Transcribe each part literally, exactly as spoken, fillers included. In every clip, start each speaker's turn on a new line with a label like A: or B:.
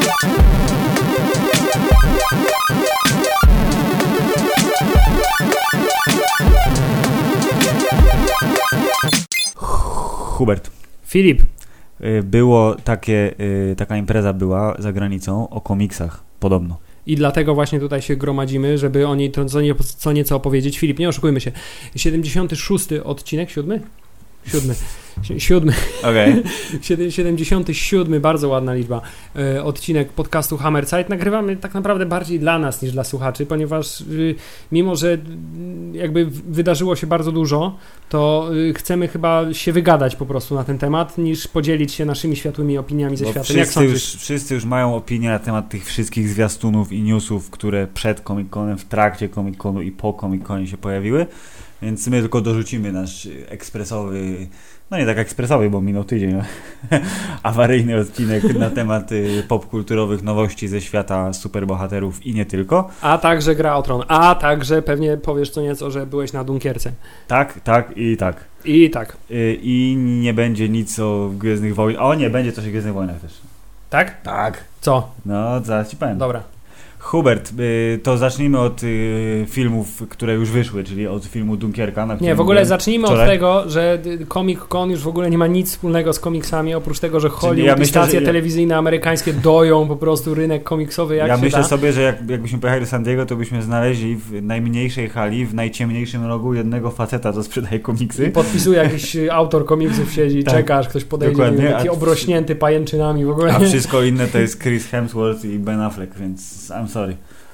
A: Hubert.
B: Filip.
A: Było takie, taka impreza była za granicą o komiksach, podobno.
B: I dlatego właśnie tutaj się gromadzimy, żeby o niej to co, nie, co nieco opowiedzieć. Filip, nie oszukujmy się. siedemdziesiąty szósty odcinek, siódmy? Siódmy. Siódmy.
A: Okay.
B: siedemdziesiąty siódmy, bardzo ładna liczba, e, odcinek podcastu Hammerzeit. Nagrywamy tak naprawdę bardziej dla nas niż dla słuchaczy, ponieważ y, mimo, że y, jakby wydarzyło się bardzo dużo, to y, chcemy chyba się wygadać po prostu na ten temat, niż podzielić się naszymi światłymi opiniami ze
A: Bo
B: światem.
A: Wszyscy
B: Jak
A: już, wszyscy już mają opinię na temat tych wszystkich zwiastunów i newsów, które przed Comic-Conem, w trakcie Comic-Conu i po Comic-Conie się pojawiły, więc my tylko dorzucimy nasz ekspresowy, no nie tak ekspresowy, bo minął tydzień, awaryjny odcinek na temat popkulturowych nowości ze świata superbohaterów i nie tylko.
B: A także Gra o Tron, a także pewnie powiesz co nieco, że byłeś na Dunkierce.
A: Tak, tak i tak.
B: I tak.
A: I nie będzie nic o Gwiezdnych Wojnach. O nie, będzie coś o Gwiezdnych Wojnach też.
B: Tak?
A: Tak.
B: Co?
A: No, zaraz ci powiem.
B: Dobra.
A: Hubert, to zacznijmy od filmów, które już wyszły, czyli od filmu Dunkierka. Na
B: nie, w ogóle zacznijmy wczoraj. od tego, że Comic-Con już w ogóle nie ma nic wspólnego z komiksami, oprócz tego, że Hollywood ja myślę, i stacje ja... telewizyjne amerykańskie doją po prostu rynek komiksowy jak
A: Ja
B: się
A: myślę
B: da.
A: sobie, że jak, jakbyśmy pojechali do San Diego, to byśmy znaleźli w najmniejszej hali, w najciemniejszym rogu jednego faceta, co sprzedaje komiksy.
B: I podpisuje jakiś autor komiksów, siedzi, tak. czeka, aż ktoś podejdzie, wiem, taki a... obrośnięty pajęczynami w ogóle.
A: A wszystko inne to jest Chris Hemsworth i Ben Affleck, więc I'm sorry.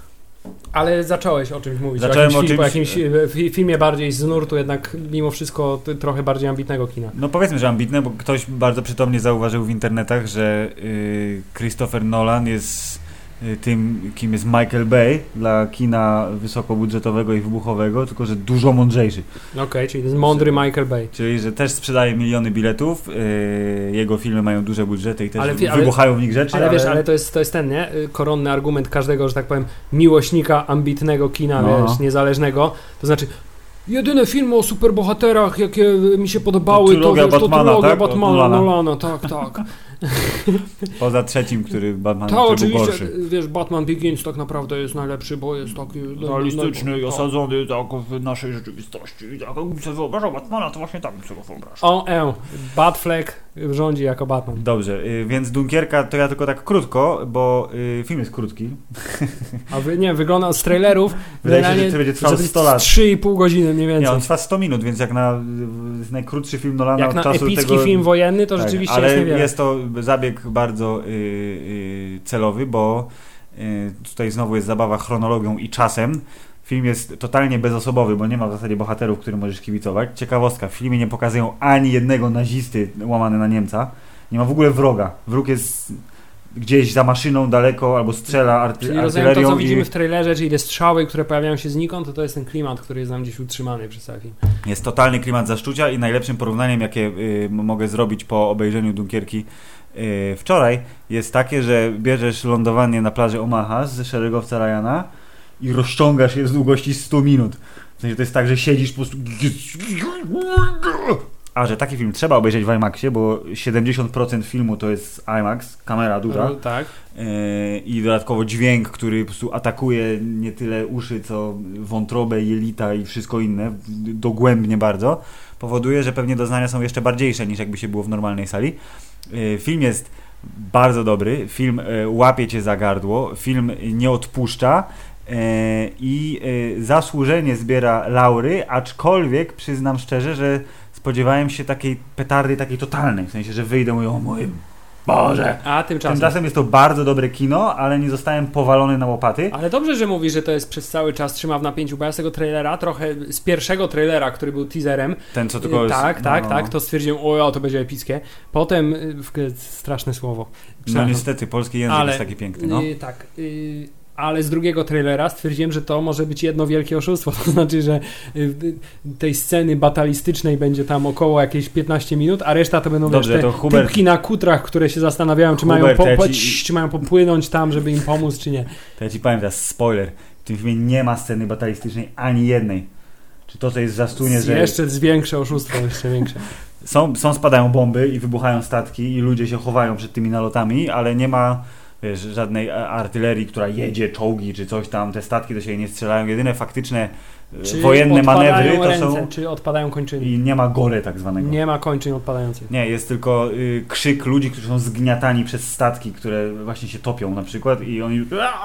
B: Ale zacząłeś o czymś mówić,
A: Zacząłem
B: o, jakimś,
A: o czymś...
B: po jakimś filmie bardziej z nurtu, jednak mimo wszystko trochę bardziej ambitnego kina.
A: No powiedzmy, że ambitne, bo ktoś bardzo przytomnie zauważył w internetach, że yy, Christopher Nolan jest yy, tym, kim jest Michael Bay dla kina wysokobudżetowego i wybuchowego, tylko że dużo mądrzejszy.
B: Okej, okay, czyli to jest mądry że, Michael Bay.
A: Czyli, że też sprzedaje miliony biletów, yy, jego filmy mają duże budżety i też
B: ale,
A: wybuchają
B: ale,
A: w nich rzeczy.
B: Ale,
A: ale...
B: wiesz, ale to jest, to jest ten, nie? Koronny argument każdego, że tak powiem, miłośnika ambitnego kina, no. wiesz, niezależnego, to znaczy jedyne filmy o superbohaterach, jakie mi się podobały, to, to, wiesz, to trylogia tak? Batmana, Nolana. Nolana, tak, tak.
A: Poza trzecim, który Batman
B: to oczywiście,
A: gorszy.
B: Wiesz, Batman Begins tak naprawdę jest najlepszy, bo jest taki
A: realistyczny i osadzony tak w naszej rzeczywistości. I tak, jakbym sobie wyobrażał Batmana, to właśnie tak bym sobie go wyobrażał.
B: O, e, Batfleck rządzi jako Batman.
A: Dobrze, więc Dunkierka to ja tylko tak krótko, bo film jest krótki.
B: A wy, nie, wygląda z trailerów
A: wydaje się, że to będzie trwał sto lat.
B: trzy i pół godziny mniej więcej.
A: Nie, on trwa sto minut, więc jak na najkrótszy film Nolana
B: jak
A: od
B: na
A: czasu
B: epicki
A: tego...
B: film wojenny, to tak, rzeczywiście
A: ale
B: jest niewiele.
A: jest to zabieg bardzo yy, yy, celowy, bo yy, tutaj znowu jest zabawa chronologią i czasem. Film jest totalnie bezosobowy, bo nie ma w zasadzie bohaterów, którym możesz kibicować. Ciekawostka, w filmie nie pokazują ani jednego nazisty łamany na Niemca. Nie ma w ogóle wroga. Wróg jest gdzieś za maszyną daleko albo strzela arty-
B: czyli
A: artylerią.
B: Czyli to, co
A: i...
B: widzimy w trailerze, czyli te strzały, które pojawiają się znikąd, to to jest ten klimat, który jest nam gdzieś utrzymany przez cały film.
A: Jest totalny klimat zaszczucia i najlepszym porównaniem, jakie y, mogę zrobić po obejrzeniu Dunkierki y, wczoraj, jest takie, że bierzesz lądowanie na plaży Omaha z szeregowca Ryana i rozciągasz je z długości sto minut. W sensie to jest tak, że siedzisz po prostu... A, że taki film trzeba obejrzeć w IMAXie, bo siedemdziesiąt procent filmu to jest IMAX, kamera duża.
B: No, tak.
A: Yy, I dodatkowo dźwięk, który po prostu atakuje nie tyle uszy, co wątrobę, jelita i wszystko inne, dogłębnie bardzo, powoduje, że pewnie doznania są jeszcze bardziejsze niż jakby się było w normalnej sali. Yy, film jest bardzo dobry, film yy, łapie cię za gardło, film nie odpuszcza, i zasłużenie zbiera laury, aczkolwiek przyznam szczerze, że spodziewałem się takiej petardy, takiej totalnej, w sensie, że wyjdę i mówię, o mój Boże.
B: A tymczasem.
A: Tymczasem jest to bardzo dobre kino, ale nie zostałem powalony na łopaty.
B: Ale dobrze, że mówisz, że to jest przez cały czas trzyma w napięciu, bo ja z tego trailera, trochę z pierwszego trailera, który był teaserem.
A: Ten, co tylko jest...
B: Tak, tak,
A: no.
B: tak, to stwierdziłem, o ja, to będzie epickie. Potem, straszne słowo.
A: No niestety, polski język ale, jest taki piękny, no.
B: Yy, tak, yy, ale z drugiego trailera stwierdziłem, że to może być jedno wielkie oszustwo. To znaczy, że tej sceny batalistycznej będzie tam około jakieś piętnaście minut, a reszta to będą
A: Dobrze,
B: wiesz, te
A: to Hubert...
B: typki na kutrach, które się zastanawiają, czy,
A: Hubert,
B: mają, po, po,
A: ja ci...
B: czy mają popłynąć tam, żeby im pomóc, czy nie.
A: To ja ci powiem teraz spoiler. W tym filmie nie ma sceny batalistycznej ani jednej. Czy to, co jest w zwiastunie, że...
B: Jeszcze jest większe oszustwo, jeszcze większe.
A: Są, są, spadają bomby i wybuchają statki i ludzie się chowają przed tymi nalotami, ale nie ma wiesz, żadnej artylerii, która jedzie, czołgi czy coś tam, te statki do siebie nie strzelają, jedyne faktyczne
B: czy
A: wojenne manewry to
B: ręce,
A: są...
B: czy odpadają kończyny.
A: I nie ma gore tak zwanego.
B: Nie ma kończyn odpadających.
A: Nie, jest tylko y, krzyk ludzi, którzy są zgniatani przez statki, które właśnie się topią na przykład i oni...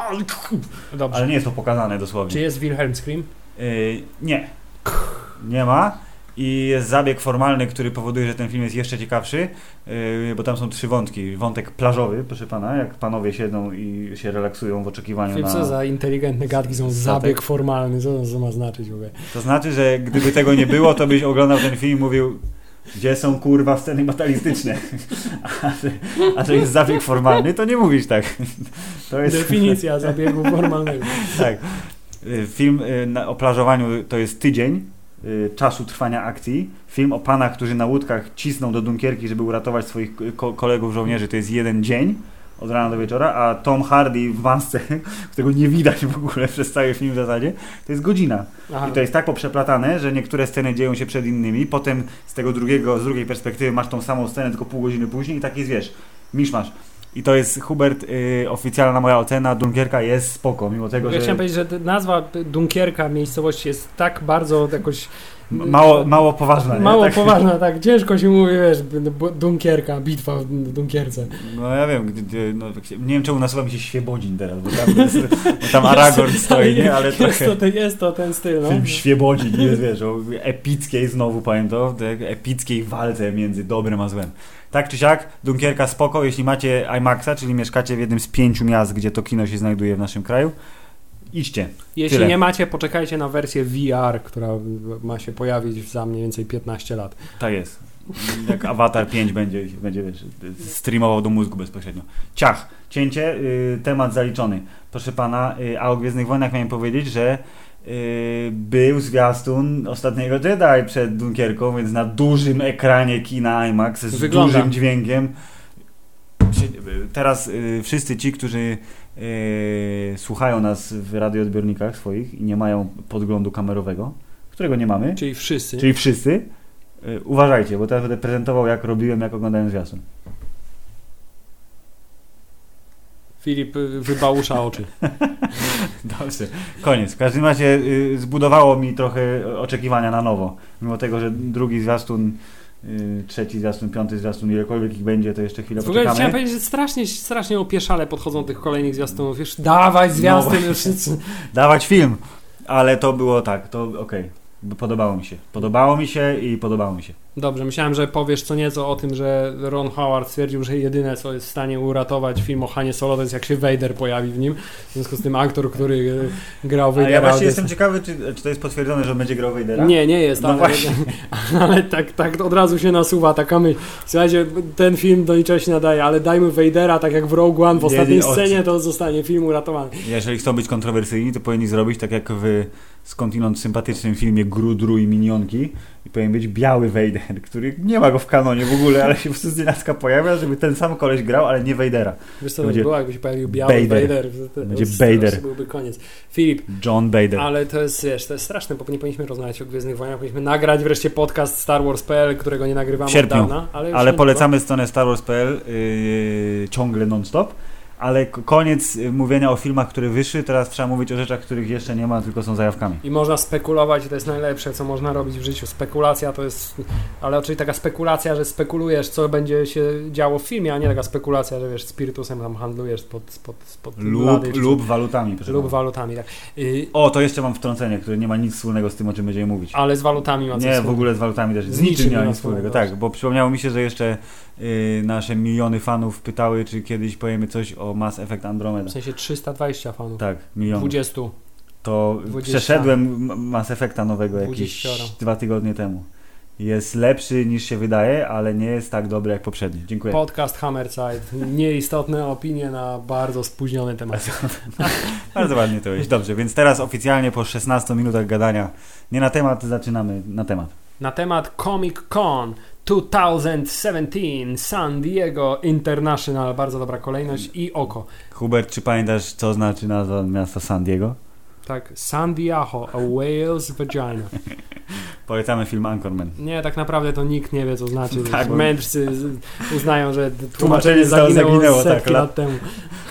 B: Dobrze.
A: Ale nie jest to pokazane dosłownie.
B: Czy jest Wilhelm Scream?
A: Y, nie. Nie ma. I jest zabieg formalny, który powoduje, że ten film jest jeszcze ciekawszy, yy, bo tam są trzy wątki. Wątek plażowy, proszę pana, jak panowie siedzą i się relaksują w oczekiwaniu
B: Wiem,
A: na...
B: co za inteligentne gadki są zabieg formalny, co to ma znaczyć w ogóle?
A: To znaczy, że gdyby tego nie było, to byś oglądał ten film i mówił, gdzie są kurwa sceny batalistyczne. A że, a że jest zabieg formalny, to nie mówisz tak. To jest...
B: Definicja zabiegu formalnego.
A: Tak. Film o plażowaniu to jest tydzień czasu trwania akcji. Film o panach, którzy na łódkach cisną do Dunkierki, żeby uratować swoich ko- kolegów żołnierzy, to jest jeden dzień od rana do wieczora, a Tom Hardy w masce, którego nie widać w ogóle przez cały film w zasadzie, to jest godzina. Aha. I to jest tak poprzeplatane, że niektóre sceny dzieją się przed innymi, potem z tego drugiego, z drugiej perspektywy masz tą samą scenę, tylko pół godziny później i tak jest, wiesz, miszmasz. I to jest, Hubert, yy, oficjalna moja ocena, Dunkierka jest spoko, mimo tego,
B: ja
A: że...
B: Chciałem powiedzieć, że nazwa Dunkierka miejscowości jest tak bardzo jakoś...
A: Mało, mało poważna, nie?
B: Mało
A: tak?
B: poważna, tak. Ciężko się mówi, wiesz, Dunkierka, bitwa w Dunkierce.
A: No ja wiem, no, nie wiem czemu nasuwa mi się Świebodzin teraz, bo tam, jest, bo tam Aragorn stoi, nie? Ale
B: jest,
A: trochę...
B: to, jest to ten styl, no.
A: Film Świebodzin, jest, wiesz, o epickiej, znowu powiem to, epickiej walce między dobrem a złem. Tak czy siak, Dunkierka spoko, jeśli macie IMAXa, czyli mieszkacie w jednym z pięciu miast, gdzie to kino się znajduje w naszym kraju, idźcie.
B: Jeśli
A: Tyle.
B: nie macie, poczekajcie na wersję V R, która ma się pojawić za mniej więcej piętnaście lat.
A: Tak jest. Jak Avatar pięć będzie, będzie wiesz, streamował do mózgu bezpośrednio. Ciach, cięcie, y, temat zaliczony. Proszę pana, y, a o Gwiezdnych Wojnach miałem powiedzieć, że y, był zwiastun Ostatniego Jedi przed Dunkierką, więc na dużym ekranie kina IMAX z
B: Wygląda.
A: dużym dźwiękiem. Teraz y, wszyscy ci, którzy y, słuchają nas w radioodbiornikach swoich i nie mają podglądu kamerowego, którego nie mamy,
B: Czyli wszyscy.
A: czyli wszyscy, y, uważajcie, bo teraz będę prezentował, jak robiłem, jak oglądałem zwiastun.
B: Filip wybałusza oczy.
A: Dobrze, koniec. W każdym razie y, zbudowało mi trochę oczekiwania na nowo. Mimo tego, że drugi zwiastun, y, trzeci zwiastun, piąty zwiastun, ilekolwiek ich będzie, to jeszcze chwilę
B: w ogóle
A: poczekamy.
B: chciałem powiedzieć, że strasznie, strasznie opieszale podchodzą tych kolejnych zwiastunów. Już dawać zwiastun,
A: No,
B: już wszyscy.
A: Dawać film, ale to było tak, to okej. Okay. Podobało mi się. Podobało mi się i podobało mi się.
B: Dobrze, myślałem, że powiesz co nieco o tym, że Ron Howard stwierdził, że jedyne co jest w stanie uratować film o Hanie Solo to jest jak się Vader pojawi w nim. W związku z tym aktor, który grał Vadera.
A: A ja właśnie jestem ciekawy, czy, czy to jest potwierdzone, że będzie grał Vadera?
B: Nie, nie jest,
A: no
B: ale,
A: właśnie.
B: ale tak, tak od razu się nasuwa taka myśl. Słuchajcie, ten film do niczego się nadaje, ale dajmy Vadera, tak jak w Rogue One w ostatniej nie, scenie, to zostanie film uratowany.
A: Jeżeli chcą być kontrowersyjni, to powinni zrobić tak jak w skądinąd sympatycznym filmie Grudru i Minionki i powinien być biały Vader, który nie ma go w kanonie w ogóle, ale się po prostu z nienacka pojawia, żeby ten sam koleś grał, ale nie Vadera.
B: Wiesz co to by było, jakby się pojawił biały Vader. Vader. To,
A: będzie
B: to,
A: Vader.
B: To byłby koniec. Filip.
A: John Vader.
B: Ale to jest, wiesz, to jest straszne, bo nie powinniśmy rozmawiać o Gwiezdnych Wojnach, powinniśmy nagrać wreszcie podcast Star Wars kropka p l, którego nie nagrywamy od dawna. Ale,
A: ale polecamy stronę Star Wars kropka p l yy, ciągle non-stop. Ale koniec mówienia o filmach, które wyszły, teraz trzeba mówić o rzeczach, których jeszcze nie ma, tylko są zajawkami.
B: I można spekulować, to jest najlepsze, co można robić w życiu. Spekulacja to jest, ale oczywiście taka spekulacja, że spekulujesz, co będzie się działo w filmie, a nie taka spekulacja, że wiesz, spirytusem tam handlujesz spod, spod, spod
A: lub,
B: lady,
A: lub walutami.
B: Lub walutami, tak.
A: Y- o, to jeszcze mam wtrącenie, które nie ma nic wspólnego z tym, o czym będziemy mówić.
B: Ale z walutami ma coś
A: Nie,
B: wspólnego.
A: w ogóle z walutami też. Z, z niczym nie ma nic wspólnego, tak, bo przypomniało mi się, że jeszcze y, nasze miliony fanów pytały, czy kiedyś powiemy coś o Mass Effect Andromeda.
B: W sensie trzysta dwadzieścia fanów.
A: Tak, milionów.
B: dwadzieścia.
A: To dwadzieścia. Przeszedłem Mass Effecta nowego
B: dwadzieścia.
A: jakieś dwa tygodnie temu. Jest lepszy niż się wydaje, ale nie jest tak dobry jak poprzedni. Dziękuję.
B: Podcast Hammerside. Nieistotne opinie na bardzo spóźniony temat.
A: Bardzo ładnie to jest. Dobrze, więc teraz oficjalnie po szesnastu minutach gadania nie na temat, zaczynamy na temat.
B: Na temat Comic Con dwa tysiące siedemnaście San Diego International. Bardzo dobra kolejność i oko.
A: Hubert, czy pamiętasz, co znaczy nazwa miasta San Diego?
B: Tak, San Diego, a whale's vagina.
A: Polecamy film Anchorman.
B: Nie, tak naprawdę to nikt nie wie, co znaczy.
A: Tak, bo...
B: Mędrcy uznają, że
A: tłumaczenie zaginęło, zaginęło
B: setki
A: tak,
B: lat
A: lat
B: temu.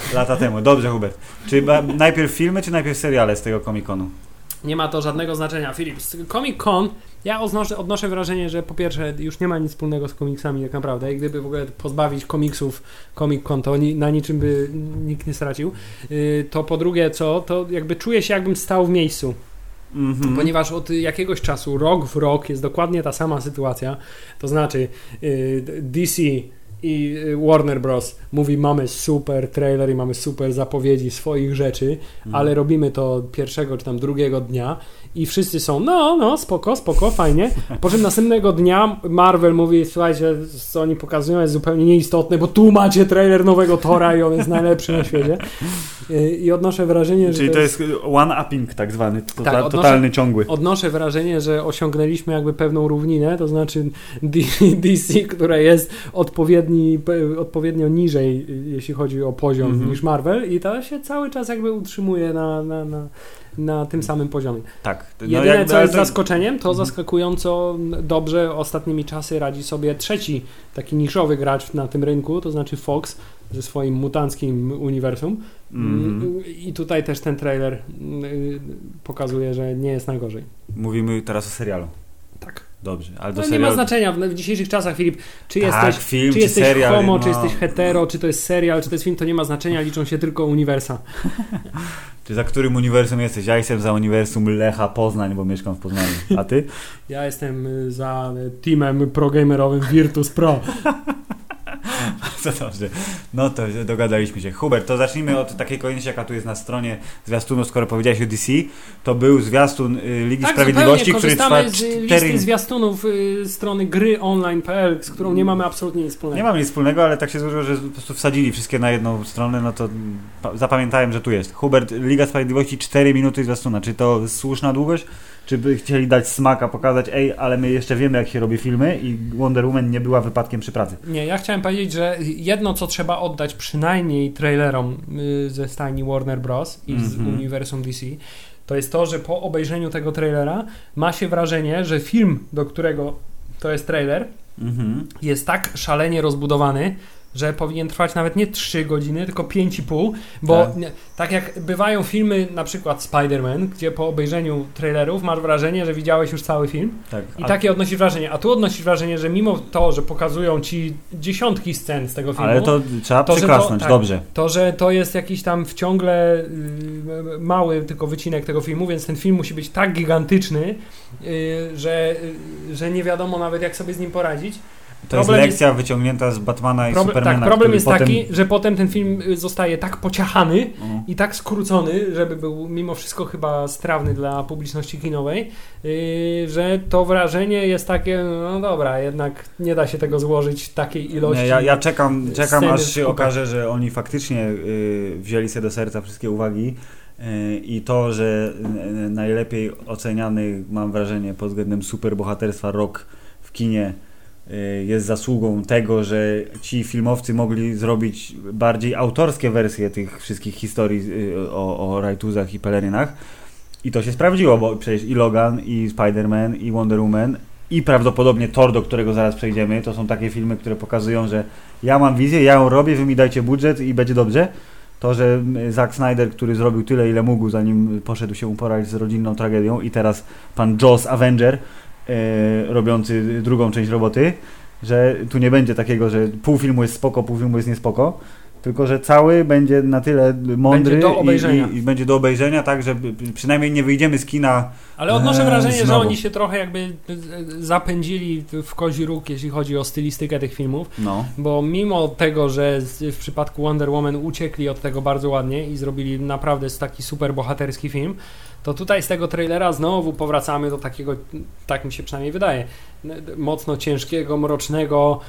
A: lata temu. Dobrze, Hubert. Czy ba- najpierw filmy, czy najpierw seriale z tego Comic-Conu?
B: Nie ma to żadnego znaczenia, Filip. Comic-Con, ja odnoszę, odnoszę wrażenie, że po pierwsze już nie ma nic wspólnego z komiksami tak naprawdę i gdyby w ogóle pozbawić komiksów Comic-Con, to ni- na niczym by nikt nie stracił. Yy, to po drugie co, to jakby czuję się jakbym stał w miejscu. Mm-hmm. Ponieważ od jakiegoś czasu, rok w rok jest dokładnie ta sama sytuacja, to znaczy yy, D C i Warner Bros. Mówi, mamy super trailer i mamy super zapowiedzi swoich rzeczy, mm. ale robimy to pierwszego czy tam drugiego dnia i wszyscy są, no, no, spoko, spoko, fajnie. Po czym następnego dnia Marvel mówi, słuchajcie, co oni pokazują jest zupełnie nieistotne, bo tu macie trailer nowego Thora i on jest najlepszy na świecie. I odnoszę wrażenie, że
A: Czyli to jest, to jest one-upping tak zwany, to,
B: tak, odnoszę,
A: totalny, ciągły.
B: Odnoszę wrażenie, że osiągnęliśmy jakby pewną równinę, to znaczy D C, które jest odpowiedni, odpowiednio niżej, jeśli chodzi o poziom, mm-hmm. niż Marvel i to się cały czas jakby utrzymuje na, na, na, na tym samym poziomie.
A: Tak. No
B: Jedyne,
A: jakby,
B: co jest
A: to...
B: zaskoczeniem, to mm-hmm. zaskakująco dobrze ostatnimi czasy radzi sobie trzeci taki niszowy gracz na tym rynku, to znaczy Fox ze swoim mutanckim uniwersum. Mm. I tutaj też ten trailer pokazuje, że nie jest najgorzej.
A: Mówimy teraz o serialu.
B: Tak.
A: Dobrze, ale do
B: no,
A: serialu...
B: nie ma znaczenia w dzisiejszych czasach, Filip, czy
A: tak,
B: jesteś,
A: film,
B: czy
A: czy
B: jesteś
A: serial,
B: homo,
A: no.
B: czy jesteś hetero, czy to jest serial, czy to jest film, to nie ma znaczenia, liczą się tylko uniwersa.
A: Czy za którym uniwersum jesteś? Ja jestem za uniwersum Lecha Poznań, bo mieszkam w Poznaniu. A ty?
B: Ja jestem za teamem progamerowym Virtus Pro.
A: Co dobrze. No to dogadaliśmy się. Hubert, to zacznijmy od takiej kolejności, jaka tu jest na stronie zwiastunu, skoro powiedziałeś o D C. To był zwiastun y, Ligi
B: tak,
A: Sprawiedliwości, który trwa
B: z
A: cztery...
B: listy zwiastunów y, strony gry online kropka p l, z którą nie mamy absolutnie nic wspólnego.
A: Nie mamy nic wspólnego, ale tak się złożyło, że po prostu wsadzili wszystkie na jedną stronę, no to pa- zapamiętałem, że tu jest. Hubert, Liga Sprawiedliwości, cztery minuty zwiastuna. Czy to słuszna długość? Czy by chcieli dać smaka, pokazać, ej, ale my jeszcze wiemy, jak się robi filmy i Wonder Woman nie była wypadkiem przy pracy.
B: Nie, ja chciałem powiedzieć, że jedno, co trzeba oddać przynajmniej trailerom y, ze stajni Warner Bros. I z mm-hmm. uniwersum D C, to jest to, że po obejrzeniu tego trailera ma się wrażenie, że film, do którego to jest trailer, mm-hmm. jest tak szalenie rozbudowany, że powinien trwać nawet nie trzy godziny, tylko pięć i pół, bo tak. tak jak bywają filmy, na przykład Spider-Man, gdzie po obejrzeniu trailerów masz wrażenie, że widziałeś już cały film tak. i a... takie odnosisz wrażenie, a tu odnosisz wrażenie, że mimo to, że pokazują ci dziesiątki scen z tego filmu,
A: ale to trzeba to, przyklasnąć, to, tak, dobrze.
B: To, że to jest jakiś tam wciągle yy, mały tylko wycinek tego filmu, więc ten film musi być tak gigantyczny, yy, że, yy, że nie wiadomo nawet, jak sobie z nim poradzić.
A: To problem jest lekcja jest, wyciągnięta z Batmana i problem, Supermana.
B: Tak, problem jest
A: potem...
B: taki, że potem ten film zostaje tak pociachany uh. i tak skrócony, żeby był mimo wszystko chyba strawny dla publiczności kinowej, yy, że to wrażenie jest takie, no dobra, jednak nie da się tego złożyć takiej ilości.
A: Nie, ja, ja czekam, czekam aż się okaże, że oni faktycznie yy, wzięli sobie do serca wszystkie uwagi. I to, że najlepiej oceniany, mam wrażenie, pod względem superbohaterstwa rok w kinie jest zasługą tego, że ci filmowcy mogli zrobić bardziej autorskie wersje tych wszystkich historii o, o rajtuzach i pelerynach. I to się sprawdziło, bo przecież i Logan, i Spider-Man, i Wonder Woman, i prawdopodobnie Thor, do którego zaraz przejdziemy, to są takie filmy, które pokazują, że ja mam wizję, ja ją robię, wy mi dajcie budżet i będzie dobrze. To, że Zack Snyder, który zrobił tyle, ile mógł, zanim poszedł się uporać z rodzinną tragedią, i teraz pan Joss Avenger, e, robiący drugą część roboty, że tu nie będzie takiego, że pół filmu jest spoko, pół filmu jest niespoko, tylko że cały będzie na tyle mądry
B: będzie do obejrzenia.
A: I, i, i będzie do obejrzenia, tak, że przynajmniej nie wyjdziemy z kina.
B: Ale odnoszę wrażenie,
A: znowu.
B: że oni się trochę jakby zapędzili w kozi róg, jeśli chodzi o stylistykę tych filmów,
A: no. Bo
B: mimo tego, że w przypadku Wonder Woman uciekli od tego bardzo ładnie i zrobili naprawdę taki super bohaterski film, to tutaj z tego trailera znowu powracamy do takiego, tak mi się przynajmniej wydaje, mocno ciężkiego, mrocznego,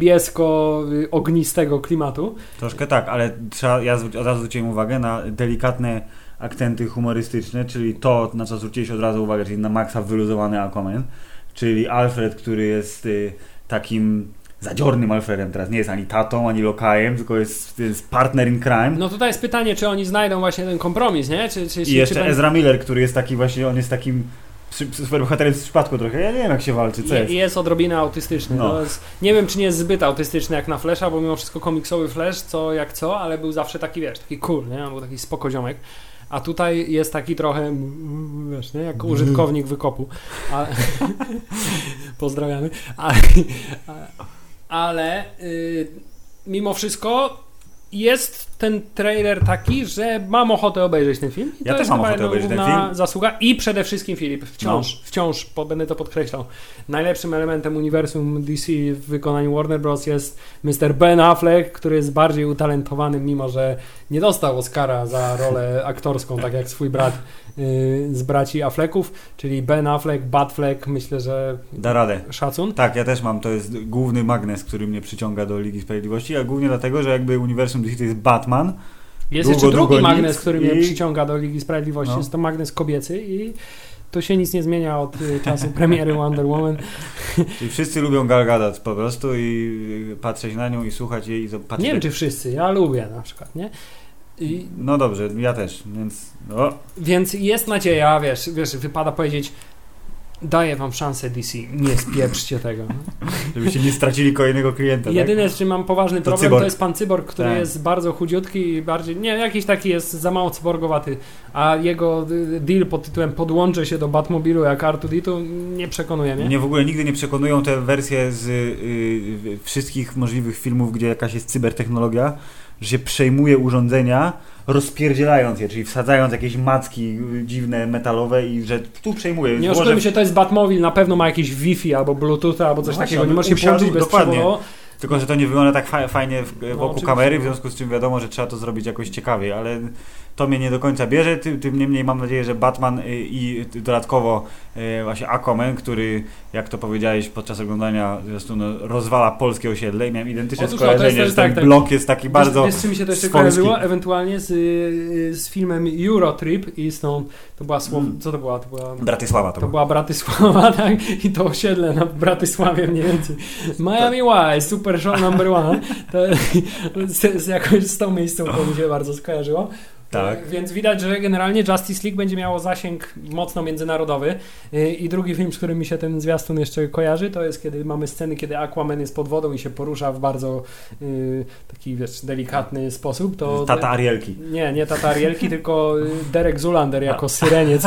B: niebiesko-ognistego klimatu.
A: Troszkę tak, ale trzeba, ja od razu zwróciłem uwagę na delikatne akcenty humorystyczne, czyli to, na co zwróciłeś od razu uwagę, czyli na maksa wyluzowany Aquaman, czyli Alfred, który jest y, takim zadziornym Alfredem teraz, nie jest ani tatą, ani lokajem, tylko jest, jest partner in crime.
B: No tutaj jest pytanie, czy oni znajdą właśnie ten kompromis, nie? Czy, czy,
A: I jeszcze
B: czy
A: Ezra Miller, który jest taki właśnie, on jest takim superbohaterem z przypadku trochę. Ja nie wiem, jak się walczy, co jest.
B: Jest odrobinę autystyczny. No. Jest, nie wiem, czy nie jest zbyt autystyczny jak na Flasha, bo mimo wszystko komiksowy Flash, co jak co, ale był zawsze taki, wiesz, taki cool, nie? Był taki spokoziomek. A tutaj jest taki trochę, wiesz, nie? Jak użytkownik wykopu. A, pozdrawiamy. A, a, ale y, mimo wszystko jest ten trailer taki, że mam ochotę obejrzeć ten film. I
A: ja
B: to
A: też
B: jest
A: mam ochotę obejrzeć ten film.
B: Zasługa. I przede wszystkim, Filip, wciąż, no. wciąż, bo będę to podkreślał, najlepszym elementem uniwersum D C w wykonaniu Warner Bros. Jest mister Ben Affleck, który jest bardziej utalentowany, mimo że nie dostał Oscara za rolę aktorską, tak jak swój brat yy, z braci Afflecków, czyli Ben Affleck, Batfleck, myślę, że
A: da radę.
B: Szacun.
A: Tak, ja też mam, to jest główny magnes, który mnie przyciąga do Ligi Sprawiedliwości, a głównie dlatego, że jakby uniwersum D C to jest Batman.
B: Jest
A: długo,
B: jeszcze drugi
A: długo
B: magnes,
A: nic
B: który
A: i...
B: mnie przyciąga do Ligi Sprawiedliwości, no. Jest to magnes kobiecy i to się nic nie zmienia od y, czasu premiery Wonder Woman.
A: Czyli wszyscy lubią Gal Gadot po prostu i patrzeć na nią i słuchać jej i patrzeć.
B: Nie wiem, czy wszyscy, ja lubię na przykład, nie? I...
A: No dobrze, ja też, więc no.
B: Więc jest nadzieja, wiesz, wiesz, wypada powiedzieć, daję wam szansę D C, nie spieprzcie tego.
A: Żebyście nie stracili kolejnego klienta.
B: Jedyne,
A: tak?
B: z czym mam poważny
A: to
B: problem,
A: cyborg.
B: to jest pan Cyborg, który
A: tak.
B: jest bardzo chudziutki i bardziej, nie, jakiś taki jest za mało cyborgowaty, a jego deal pod tytułem podłączę się do Batmobilu jak R dwa D two nie przekonuje mnie.
A: Mnie w ogóle nigdy nie przekonują te wersje z y, wszystkich możliwych filmów, gdzie jakaś jest cybertechnologia, że się przejmuje urządzenia, rozpierdzielając je, czyli wsadzając jakieś macki dziwne, metalowe i że tu przejmuje.
B: Nie oszukujmy się, to jest Batmobil, na pewno ma jakieś Wi-Fi albo Bluetootha albo coś no takiego, nie może się połączyć bezprzewodowo.
A: Tylko, że to nie wygląda tak fajnie wokół
B: no,
A: kamery, w związku z czym wiadomo, że trzeba to zrobić jakoś ciekawiej, ale to mnie nie do końca bierze, tym, tym niemniej mam nadzieję, że Batman i dodatkowo właśnie Aquaman, który, jak to powiedziałeś podczas oglądania, zresztą no, rozwala polskie osiedle i miałem identyczne Otóż, skojarzenie, no, że ten tak, blok tak. jest taki bardzo
B: wiesz, czym mi się to jeszcze kojarzyło? Ewentualnie z, z filmem Eurotrip i z tą, to była słow, hmm. co to była? To była
A: Bratysława. To,
B: to była Bratysława, tak? I to osiedle na Bratysławie mniej więcej. Miami Vice, super show number one. To z, z jakoś z tą miejscówką mi się bardzo skojarzyło.
A: Tak.
B: Więc widać, że generalnie Justice League będzie miało zasięg mocno międzynarodowy. I drugi film, z którym mi się ten zwiastun jeszcze kojarzy, to jest kiedy mamy sceny, kiedy Aquaman jest pod wodą i się porusza w bardzo yy, taki, wiesz, delikatny sposób. To
A: Tata Arielki.
B: Nie, nie Tata Arielki, tylko Derek Zoolander jako A. syreniec.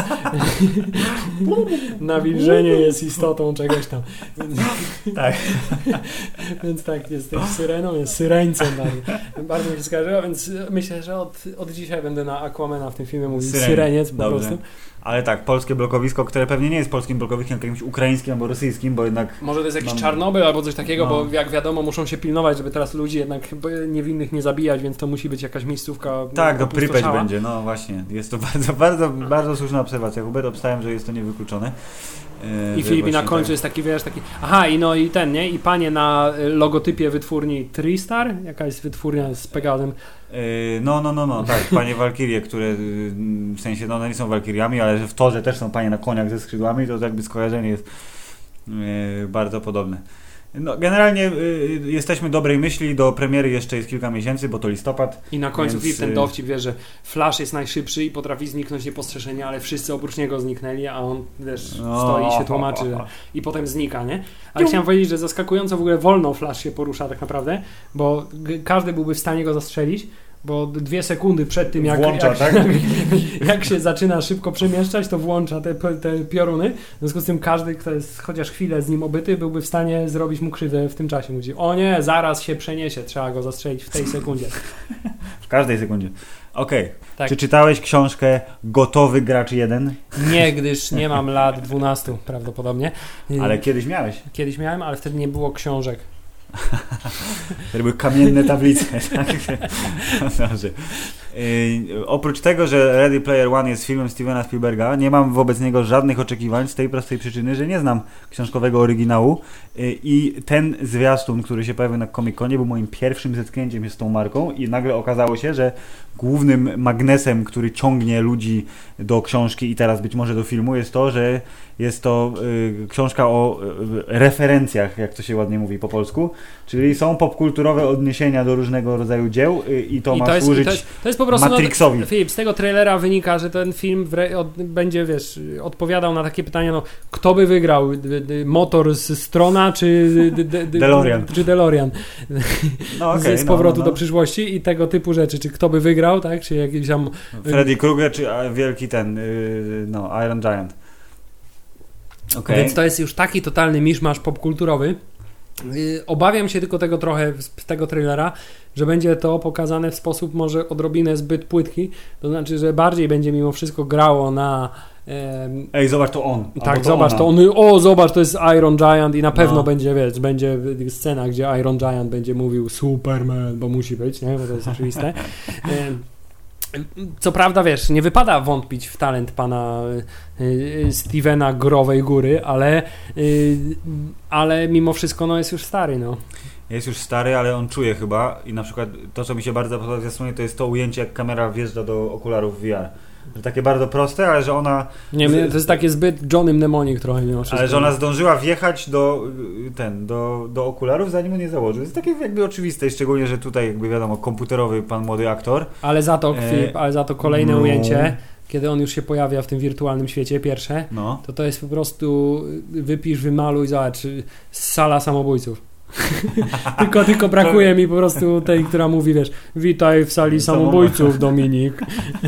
B: Nawilżenie jest istotą czegoś tam.
A: Tak.
B: Więc tak, jest syreną, jest syreńcem. Tak. Bardzo mi się skojarzyło, więc myślę, że od, od dzisiaj będę na Aquamana w tym filmie mówić Syreniec, syreniec po Dobrze. prostu.
A: Ale tak, polskie blokowisko, które pewnie nie jest polskim blokowiskiem, tylko jakimś ukraińskim albo rosyjskim, bo jednak...
B: Może to jest jakiś mam... Czarnobyl albo coś takiego, no. bo jak wiadomo muszą się pilnować, żeby teraz ludzi jednak niewinnych nie zabijać, więc to musi być jakaś miejscówka.
A: Tak, to Prypeć będzie, no właśnie. Jest to bardzo, bardzo, bardzo słuszna obserwacja. Hubert, obstałem, że jest to niewykluczone.
B: I Filip na końcu tak. jest taki, wiesz, taki... Aha, i no i ten, nie? I panie na logotypie wytwórni TriStar, jakaś wytwórnia z Pegasem.
A: No, no, no, no, tak, panie Walkirie, które w sensie, no one nie są Walkiriami, ale że w torze też są panie na koniach ze skrzydłami, to jakby skojarzenie jest bardzo podobne. No, generalnie y, jesteśmy dobrej myśli, do premiery jeszcze jest kilka miesięcy, bo to listopad.
B: I na końcu więc... ten dowcip, wie, że Flash jest najszybszy i potrafi zniknąć niepostrzeżenie, ale wszyscy oprócz niego zniknęli, a on, wiesz, no, stoi i się tłumaczy o, o, o. i potem znika, nie? Ale chciałem powiedzieć, że zaskakująco w ogóle wolno Flash się porusza tak naprawdę, bo każdy byłby w stanie go zastrzelić, bo dwie sekundy przed tym, jak,
A: włącza,
B: jak,
A: tak?
B: jak się zaczyna szybko przemieszczać, to włącza te, te pioruny. W związku z tym każdy, kto jest chociaż chwilę z nim obyty, byłby w stanie zrobić mu krzywdę w tym czasie. Mówi, o nie, zaraz się przeniesie, trzeba go zastrzelić w tej sekundzie.
A: W każdej sekundzie. Okej. Okay.
B: Tak.
A: Czy czytałeś książkę Gotowy Gracz jeden?
B: Nie, gdyż nie mam lat dwunastu prawdopodobnie.
A: Ale kiedyś miałeś.
B: Kiedyś miałem, ale wtedy nie było książek.
A: To były kamienne tablice. Tak? Dobrze. Yy, oprócz tego, że Ready Player One jest filmem Stevena Spielberga, nie mam wobec niego żadnych oczekiwań z tej prostej przyczyny, że nie znam książkowego oryginału yy, i ten zwiastun, który się pojawił na Comic-Conie, był moim pierwszym zetknięciem się z tą marką i nagle okazało się, że głównym magnesem, który ciągnie ludzi do książki i teraz być może do filmu, jest to, że jest to y, książka o y, referencjach, jak to się ładnie mówi po polsku, czyli są popkulturowe odniesienia do różnego rodzaju dzieł y, i to
B: I
A: ma
B: to jest,
A: służyć
B: to jest, to jest po prostu...
A: Matrixowi.
B: No, Filip, z tego trailera wynika, że ten film w, od, będzie, wiesz, odpowiadał na takie pytania, no, kto by wygrał? D, d, motor z Strona, czy... D, d, d,
A: DeLorean.
B: Czy DeLorean.
A: No, okay,
B: z powrotu
A: no, no, no.
B: do przyszłości i tego typu rzeczy. Czy kto by wygrał, tak? Czy jakiś tam...
A: Freddy Krueger, czy wielki ten, yy, no, Iron Giant. Okay.
B: Więc to jest już taki totalny miszmasz popkulturowy. Yy, obawiam się tylko tego trochę z, z tego trailera, że będzie to pokazane w sposób może odrobinę zbyt płytki. To znaczy, że bardziej będzie mimo wszystko grało na... Em,
A: Ej, zobacz, to on.
B: tak,
A: to
B: zobacz,
A: ona.
B: to on, o, zobacz, to jest Iron Giant i na pewno
A: No.
B: będzie, wiesz, będzie scena, gdzie Iron Giant będzie mówił Superman, bo musi być, nie? Bo to jest oczywiste. Em, Co prawda, wiesz, nie wypada wątpić w talent pana y, Stevena Growej Góry, ale, y, ale mimo wszystko no, jest już stary, no.
A: Jest już stary, ale on czuje chyba i na przykład to, co mi się bardzo podoba w Zwiastunie, to jest to ujęcie, jak kamera wjeżdża do okularów V R. Że takie bardzo proste, ale że ona...
B: Nie, to jest takie zbyt Johnny Mnemonic trochę mimo wszystko.
A: Ale że ona zdążyła wjechać do ten, do, do okularów, zanim on je założył. To jest takie jakby oczywiste i szczególnie, że tutaj jakby wiadomo, komputerowy pan młody aktor.
B: Ale za to, Filip, ale za to kolejne
A: no.
B: ujęcie, kiedy on już się pojawia w tym wirtualnym świecie, pierwsze,
A: no.
B: to to jest po prostu wypisz, wymaluj, zobacz, sala samobójców. tylko, tylko brakuje mi po prostu tej, która mówi, wiesz, witaj w sali samobójców, Dominik.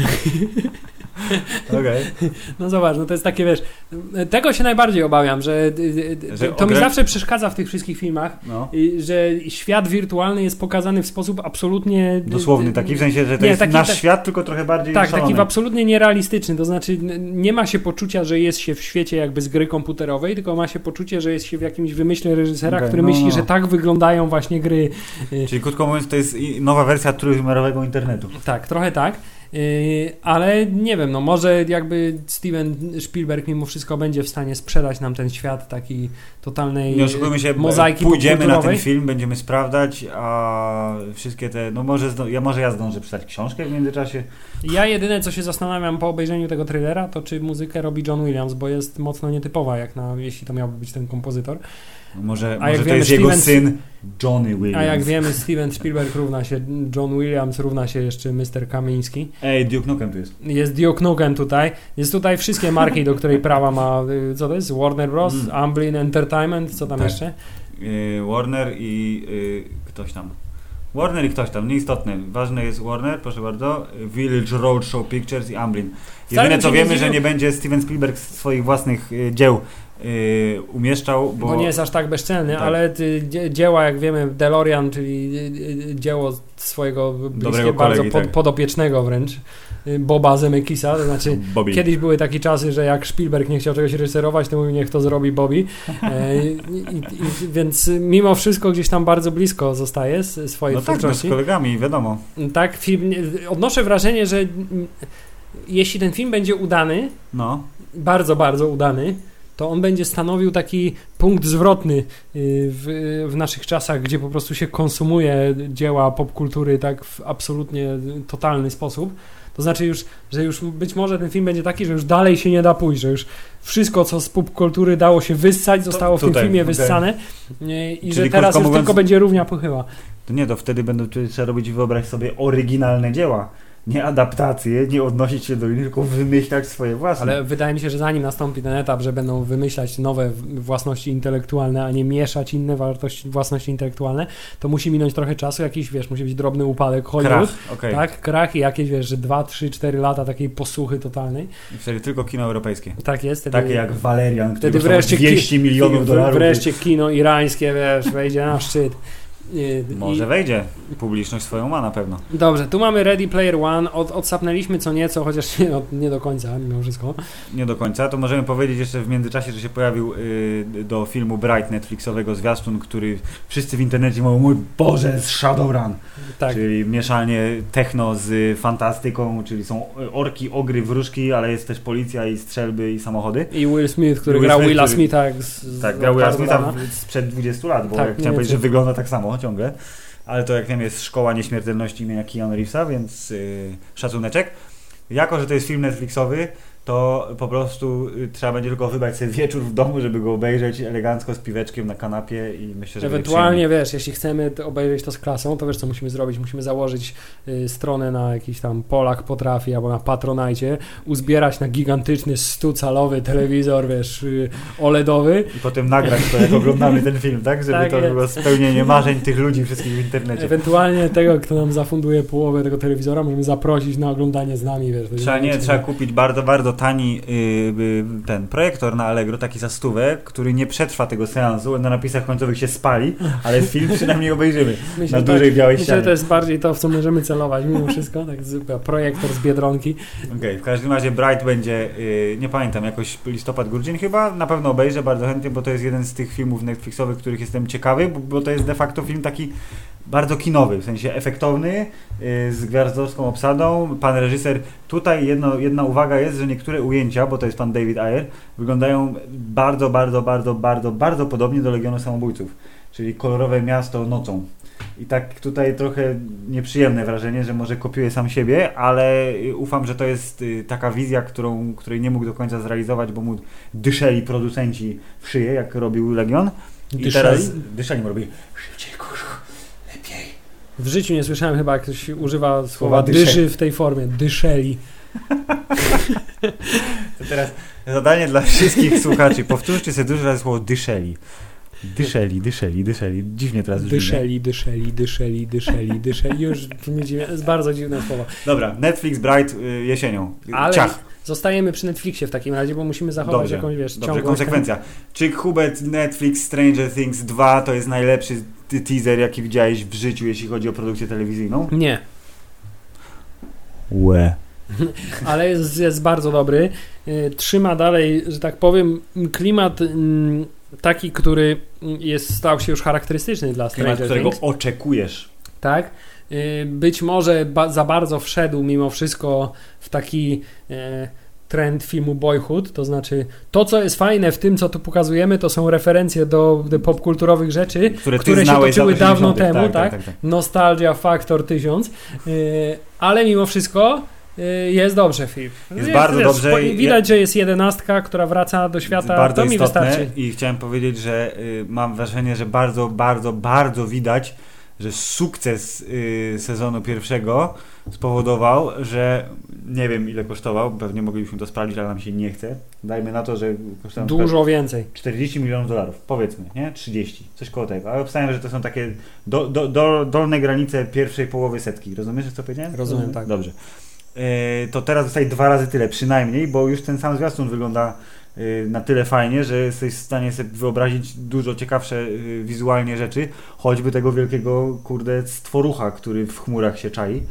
A: Okay.
B: No zobacz, no to jest takie, wiesz, tego się najbardziej obawiam, że, że to mi zawsze przeszkadza w tych wszystkich filmach, no. że świat wirtualny jest pokazany w sposób absolutnie...
A: Dosłowny, taki w sensie, że to
B: nie,
A: jest
B: taki,
A: nasz
B: ta...
A: świat, tylko trochę bardziej
B: Tak,
A: szalony.
B: taki absolutnie nierealistyczny, to znaczy nie ma się poczucia, że jest się w świecie jakby z gry komputerowej, tylko ma się poczucie, że jest się w jakimś wymyśle reżysera, okay, który no, myśli, no. że tak wyglądają właśnie gry.
A: Czyli krótko mówiąc, to jest nowa wersja trójwymiarowego internetu.
B: Tak, trochę tak. Yy, ale nie wiem, no może jakby Steven Spielberg mimo wszystko będzie w stanie sprzedać nam ten świat taki totalnej
A: nie oszukujmy się,
B: mozaiki
A: pójdziemy na ten film, będziemy sprawdzać, a wszystkie te, no może, zdo, ja, może ja zdążę przeczytać książkę w międzyczasie.
B: Ja jedyne co się zastanawiam po obejrzeniu tego trailera, to czy muzykę robi John Williams, bo jest mocno nietypowa, jak na, jeśli to miałby być ten kompozytor.
A: No może
B: a
A: może to
B: wiemy,
A: jest
B: Steven,
A: jego syn Johnny Williams.
B: A jak wiemy, Steven Spielberg równa się John Williams, równa się jeszcze mister Kamiński.
A: Ej, Duke Nukem tu jest.
B: Jest Duke Nukem tutaj. Jest tutaj wszystkie marki, do której prawa ma, co to jest? Warner Bros., mm. Amblin Entertainment, co tam tak. jeszcze?
A: Yy, Warner i yy, ktoś tam. Warner i ktoś tam, nieistotne. Ważne jest Warner, proszę bardzo, Village Roadshow Pictures i Amblin. Jedyne co wiemy, że nie będzie Steven Spielberg swoich własnych y, dzieł y, umieszczał, bo...
B: bo nie jest aż tak bezczelny, tak. ale y, dzieła, jak wiemy, DeLorean, czyli y, dzieło swojego bliskiego, bardzo pod, tak. podopiecznego wręcz, y, Boba Zemeckisa, to znaczy Bobby. Kiedyś były takie czasy, że jak Spielberg nie chciał czegoś reżyserować, to mówił, niech to zrobi Bobby. Y, i, i, więc mimo wszystko gdzieś tam bardzo blisko zostaje z swojej
A: no twórczości. Tak, no z kolegami, wiadomo.
B: Tak, film, odnoszę wrażenie, że jeśli ten film będzie udany,
A: no.
B: bardzo, bardzo udany, to on będzie stanowił taki punkt zwrotny w, w naszych czasach, gdzie po prostu się konsumuje dzieła popkultury tak w absolutnie totalny sposób. To znaczy już, że już być może ten film będzie taki, że już dalej się nie da pójść, że już wszystko, co z popkultury dało się wyssać, zostało w tym filmie tutaj. wyssane i Czyli że teraz już mówiąc, tylko będzie równia pochyła.
A: To nie, to wtedy będą trzeba robić, wyobraź sobie, oryginalne dzieła. Nie adaptacje, nie odnosić się do innych, tylko wymyślać swoje własne.
B: Ale wydaje mi się, że zanim nastąpi ten etap, że będą wymyślać nowe własności intelektualne, a nie mieszać inne wartości, własności intelektualne, to musi minąć trochę czasu, jakiś, wiesz, musi być drobny upadek Hollywood.
A: Krach, okay.
B: Tak, krach i jakieś, wiesz, że dwa, trzy, cztery lata takiej posłuchy totalnej.
A: I wtedy tylko kino europejskie.
B: Tak jest. Wtedy,
A: Takie jak Valerian, który
B: wtedy wreszcie
A: dwieście
B: ki-
A: milionów dolarów.
B: Wreszcie kino irańskie, wiesz, wejdzie na szczyt.
A: Może I... wejdzie. Publiczność swoją ma na pewno.
B: Dobrze, tu mamy Ready Player One. Od, odsapnęliśmy co nieco, chociaż nie, nie do końca, mimo wszystko.
A: Nie do końca. To możemy powiedzieć jeszcze w międzyczasie, że się pojawił y, do filmu Bright Netflixowego zwiastun, który wszyscy w internecie mówią, mój Boże, z Shadowrun. Tak. Czyli mieszanie techno z fantastyką, czyli są orki, ogry, wróżki, ale jest też policja i strzelby i samochody.
B: I Will Smith, który Will grał Smith, Willa który... Smitha. Z,
A: tak, grał Willa Smitha sprzed dwudziestu lat, bo
B: tak,
A: jak chciałem powiedzieć, że wygląda tak samo ciągle. Ale to jak wiem jest Szkoła Nieśmiertelności imienia Keanu Reevesa, więc yy, szacuneczek. Jako, że to jest film Netflixowy, to po prostu trzeba będzie tylko wybrać sobie wieczór w domu, żeby go obejrzeć elegancko z piweczkiem na kanapie i myślę, że
B: ewentualnie wiesz, jeśli chcemy obejrzeć to z klasą, to wiesz co musimy zrobić? Musimy założyć y, stronę na jakiś tam Polak Potrafi albo na Patronite, uzbierać na gigantyczny stucalowy telewizor, wiesz, y, OLEDowy.
A: I potem nagrać to, jak oglądamy ten film, tak? Żeby tak to jest. Było spełnienie marzeń tych ludzi wszystkich w internecie.
B: Ewentualnie tego, kto nam zafunduje połowę tego telewizora, możemy zaprosić na oglądanie z nami, wiesz.
A: Trzeba, nie, trzeba kupić bardzo, bardzo tani yy, ten projektor na Allegro, taki za stówę, który nie przetrwa tego seansu, na napisach końcowych się spali, ale film przynajmniej obejrzymy myślę, na dużej tak, białej
B: myślę,
A: ścianie.
B: Myślę, że to jest bardziej to, w co możemy celować mimo wszystko, tak zwykły projektor z Biedronki.
A: Okej, okay, w każdym razie Bright będzie, yy, nie pamiętam, jakoś listopad, grudzień chyba, na pewno obejrzę bardzo chętnie, bo to jest jeden z tych filmów Netflixowych, których jestem ciekawy, bo, bo to jest de facto film taki bardzo kinowy, w sensie efektowny, yy, z gwiazdorską obsadą. Pan reżyser, tutaj jedno, jedna uwaga jest, że niektóre ujęcia, bo to jest pan David Ayer, wyglądają bardzo, bardzo, bardzo, bardzo, bardzo podobnie do Legionu Samobójców, czyli kolorowe miasto nocą. I tak tutaj trochę nieprzyjemne wrażenie, że może kopiuje sam siebie, ale ufam, że to jest taka wizja, którą, której nie mógł do końca zrealizować, bo mu dyszeli producenci w szyję, jak robił Legion. I dyszeli? Teraz dyszeli mu robi szybciej, kurzu, lepiej.
B: W życiu nie słyszałem chyba, jak ktoś używa słowa, słowa dyszy. dyszy w tej formie. Dyszeli.
A: To teraz zadanie dla wszystkich słuchaczy. Powtórzcie sobie dużo razy słowo dyszeli. Dyszeli, dyszeli, dyszeli. Dziwnie teraz brzmi.
B: Dyszeli, dyszeli, dyszeli, dyszeli, dyszeli. Już brzmi jest bardzo dziwne słowo.
A: Dobra, Netflix, Bright y, jesienią.
B: Ale
A: ciach.
B: Zostajemy przy Netflixie w takim razie, bo musimy zachować dobrze, jakąś, wiesz,
A: dobrze, ciągłość. Konsekwencja. Czy Hubert, Netflix, Stranger Things dwa to jest najlepszy teaser, jaki widziałeś w życiu, jeśli chodzi o produkcję telewizyjną?
B: Nie.
A: Łe.
B: Ale jest, jest bardzo dobry. Trzyma dalej, że tak powiem, klimat taki, który jest, stał się już charakterystyczny dla Stranger Things.
A: Którego oczekujesz.
B: Tak. Być może ba- za bardzo wszedł mimo wszystko w taki e, trend filmu Boyhood, to znaczy to, co jest fajne w tym, co tu pokazujemy, to są referencje do, do popkulturowych rzeczy, które, które się toczyły dawno temu, tak, tak? tak, tak. Nostalgia Factor tysiąc, e, ale mimo wszystko jest dobrze film.
A: Jest, jest bardzo jest, dobrze.
B: Widać, że jest jedenastka, która wraca do świata.
A: Bardzo
B: to mi
A: istotne
B: wystarczy.
A: I chciałem powiedzieć, że y, mam wrażenie, że bardzo, bardzo, bardzo widać, że sukces y, sezonu pierwszego spowodował, że nie wiem ile kosztował, pewnie moglibyśmy to sprawdzić, ale nam się nie chce. Dajmy na to, że kosztował
B: dużo więcej.
A: czterdzieści milionów dolarów, powiedzmy, nie? trzydzieści, coś koło tego. Ale obstawiam, że to są takie do, do, do, dolne granice pierwszej połowy setki. Rozumiesz, co powiedziałem?
B: Rozumiem, tak.
A: Dobrze. To teraz dostaje dwa razy tyle przynajmniej, bo już ten sam zwiastun wygląda na tyle fajnie, że jesteś w stanie sobie wyobrazić dużo ciekawsze wizualnie rzeczy, choćby tego wielkiego, kurde, stworucha, który w chmurach się czai.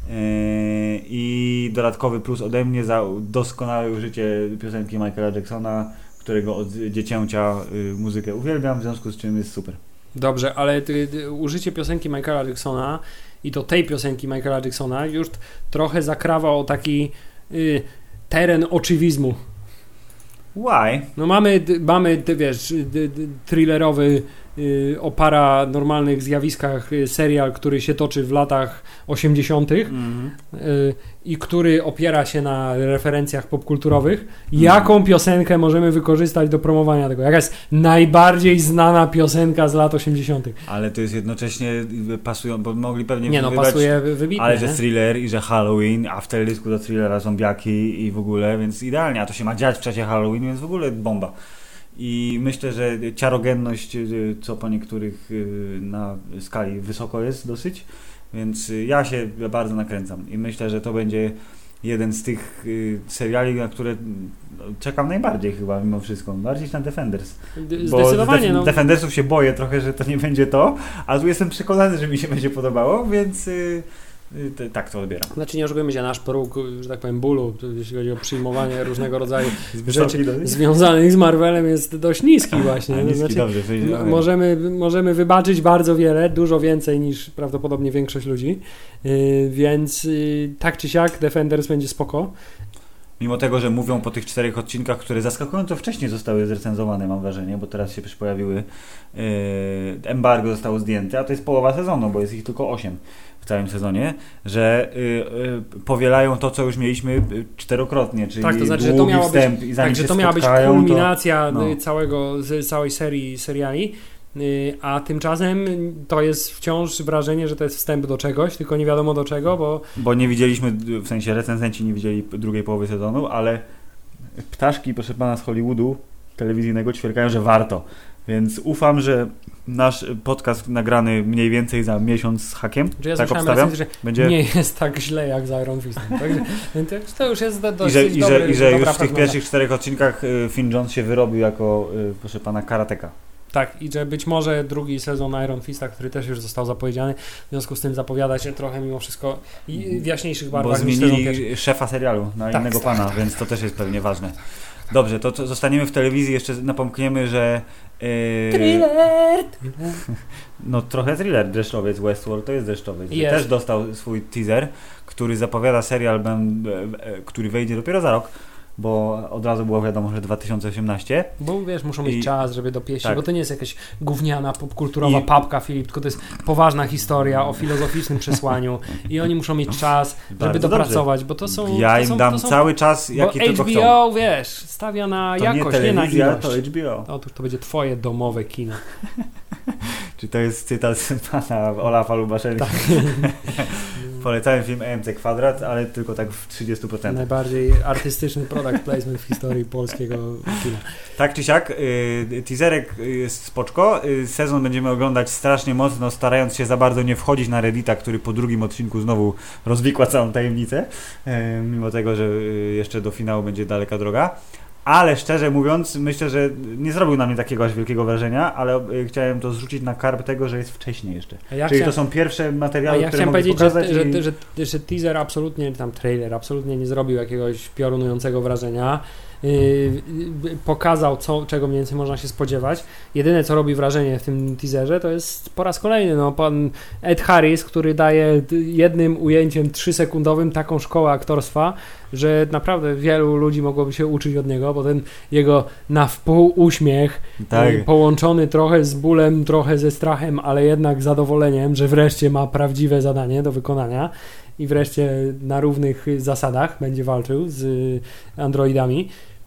A: I dodatkowy plus ode mnie za doskonałe użycie piosenki Michaela Jacksona, którego od dziecięcia muzykę uwielbiam, w związku z czym jest super.
B: Dobrze, ale ty, ty, użycie piosenki Michaela Jacksona i to tej piosenki Michaela Jacksona już trochę zakrawa o taki y, teren oczywizmu.
A: Why?
B: No mamy, mamy ty wiesz, thrillerowy y, o paranormalnych zjawiskach y, serial, który się toczy w latach osiemdziesiątych mm-hmm. y, i który opiera się na referencjach popkulturowych. Mm. Jaką piosenkę możemy wykorzystać do promowania tego? Jaka jest najbardziej znana piosenka z lat osiemdziesiątych?
A: Ale to jest jednocześnie pasują, bo mogli pewnie
B: nie no,
A: wybrać,
B: pasuje wybitnie.
A: Ale że thriller i że Halloween, a w teledysku do thrillera zombiaki i w ogóle, więc idealnie, a to się ma dziać w czasie Halloween, więc w ogóle bomba. I myślę, że ciarogenność, co po niektórych na skali wysoko jest dosyć, więc ja się bardzo nakręcam i myślę, że to będzie jeden z tych seriali, na które czekam najbardziej chyba mimo wszystko, bardziej niż na Defenders.
B: Zdecydowanie.
A: Bo
B: no.
A: Defendersów się boję trochę, że to nie będzie to, a tu jestem przekonany, że mi się będzie podobało, więc tak to odbieram.
B: Znaczy nie oszukujmy się, nasz próg, że tak powiem, bólu, jeśli chodzi o przyjmowanie różnego rodzaju rzeczy związanych z Marvelem jest dość niski właśnie.
A: A, niski,
B: znaczy,
A: dobrze,
B: m- możemy, możemy wybaczyć bardzo wiele, dużo więcej niż prawdopodobnie większość ludzi, yy, więc yy, tak czy siak Defenders będzie spoko.
A: Mimo tego, że mówią po tych czterech odcinkach, które zaskakująco wcześniej zostały zrecenzowane, mam wrażenie, bo teraz się już pojawiły, yy, embargo zostało zdjęte, a to jest połowa sezonu, bo jest ich tylko osiem w całym sezonie, że y, y, powielają to, co już mieliśmy czterokrotnie, czyli
B: tak, to znaczy,
A: długi
B: że to miało
A: wstęp
B: być,
A: i zanim
B: tak,
A: się
B: że to miała być
A: spotkają,
B: kulminacja
A: to, no.
B: całego, z całej serii seriali, y, a tymczasem to jest wciąż wrażenie, że to jest wstęp do czegoś, tylko nie wiadomo do czego, bo...
A: Bo nie widzieliśmy, w sensie recenzenci nie widzieli drugiej połowy sezonu, ale ptaszki, proszę pana, z Hollywoodu telewizyjnego ćwierkają, że warto. Więc ufam, że nasz podcast nagrany mniej więcej za miesiąc z hakiem,
B: ja
A: tak obstawiam,
B: recenzję, że
A: będzie...
B: nie jest tak źle jak z Iron Fistem. Także to już jest do, dosyć
A: I że, i
B: dobry,
A: że, i że już w tych
B: prognoza.
A: pierwszych czterech odcinkach Finn Jones się wyrobił jako, proszę pana, karateka.
B: Tak, i że być może drugi sezon Iron Fista, który też już został zapowiedziany, w związku z tym zapowiada się trochę mimo wszystko i w jaśniejszych barwach.
A: Bo zmienili szefa serialu na tak, innego tak, pana, tak. Więc to też jest pewnie ważne. Dobrze, to, to zostaniemy w telewizji, jeszcze napomkniemy, że... Yy,
B: thriller!
A: No trochę thriller, Dreszczowiec, Westworld to jest Dreszczowiec.
B: Jest.
A: Też dostał swój teaser, który zapowiada serial, który wejdzie dopiero za rok, bo od razu było wiadomo, że dwa tysiące osiemnaście.
B: Bo wiesz, muszą mieć
A: I,
B: czas, żeby dopieścić, tak. Bo to nie jest jakaś gówniana, popkulturowa
A: I,
B: papka, Filip, tylko to jest poważna historia o filozoficznym przesłaniu i oni muszą mieć czas, żeby dopracować, dobrze. Bo to są...
A: Ja
B: to
A: im
B: są,
A: dam
B: to są,
A: cały czas, jaki tylko chcą.
B: H B O, wiesz, stawia na
A: to
B: jakość,
A: nie,
B: nie na ilość.
A: To H B O.
B: Otóż to będzie twoje domowe kino.
A: Czy to jest cytat z pana Olafa Lubaszenki? Tak. Polecałem film E M C Kwadrat, ale tylko tak w trzydzieści procent.
B: Najbardziej artystyczny product placement w historii polskiego kina.
A: Tak czy siak, yy, teaserek jest spoczko. Yy, sezon będziemy oglądać strasznie mocno, starając się za bardzo nie wchodzić na Reddita, który po drugim odcinku znowu rozwikła całą tajemnicę, yy, mimo tego, że yy, jeszcze do finału będzie daleka droga. Ale szczerze mówiąc, myślę, że nie zrobił na mnie takiego aż wielkiego wrażenia, ale y, chciałem to zrzucić na karb tego, że jest wcześniej jeszcze. Ja Czyli chciałem, to są pierwsze materiały,
B: ja
A: które
B: mogę
A: powiedzieć,
B: pokazać.
A: Że,
B: i...
A: że,
B: że, że, że teaser absolutnie, tam trailer absolutnie nie zrobił jakiegoś piorunującego wrażenia. Yy, pokazał, co, czego mniej więcej można się spodziewać. Jedyne, co robi wrażenie w tym teaserze, to jest po raz kolejny no, pan Ed Harris, który daje jednym ujęciem trzysekundowym taką szkołę aktorstwa, że naprawdę wielu ludzi mogłoby się uczyć od niego, bo ten jego na wpół uśmiech tak. yy, połączony trochę z bólem, trochę ze strachem, ale jednak zadowoleniem, że wreszcie ma prawdziwe zadanie do wykonania i wreszcie na równych zasadach będzie walczył z androidami.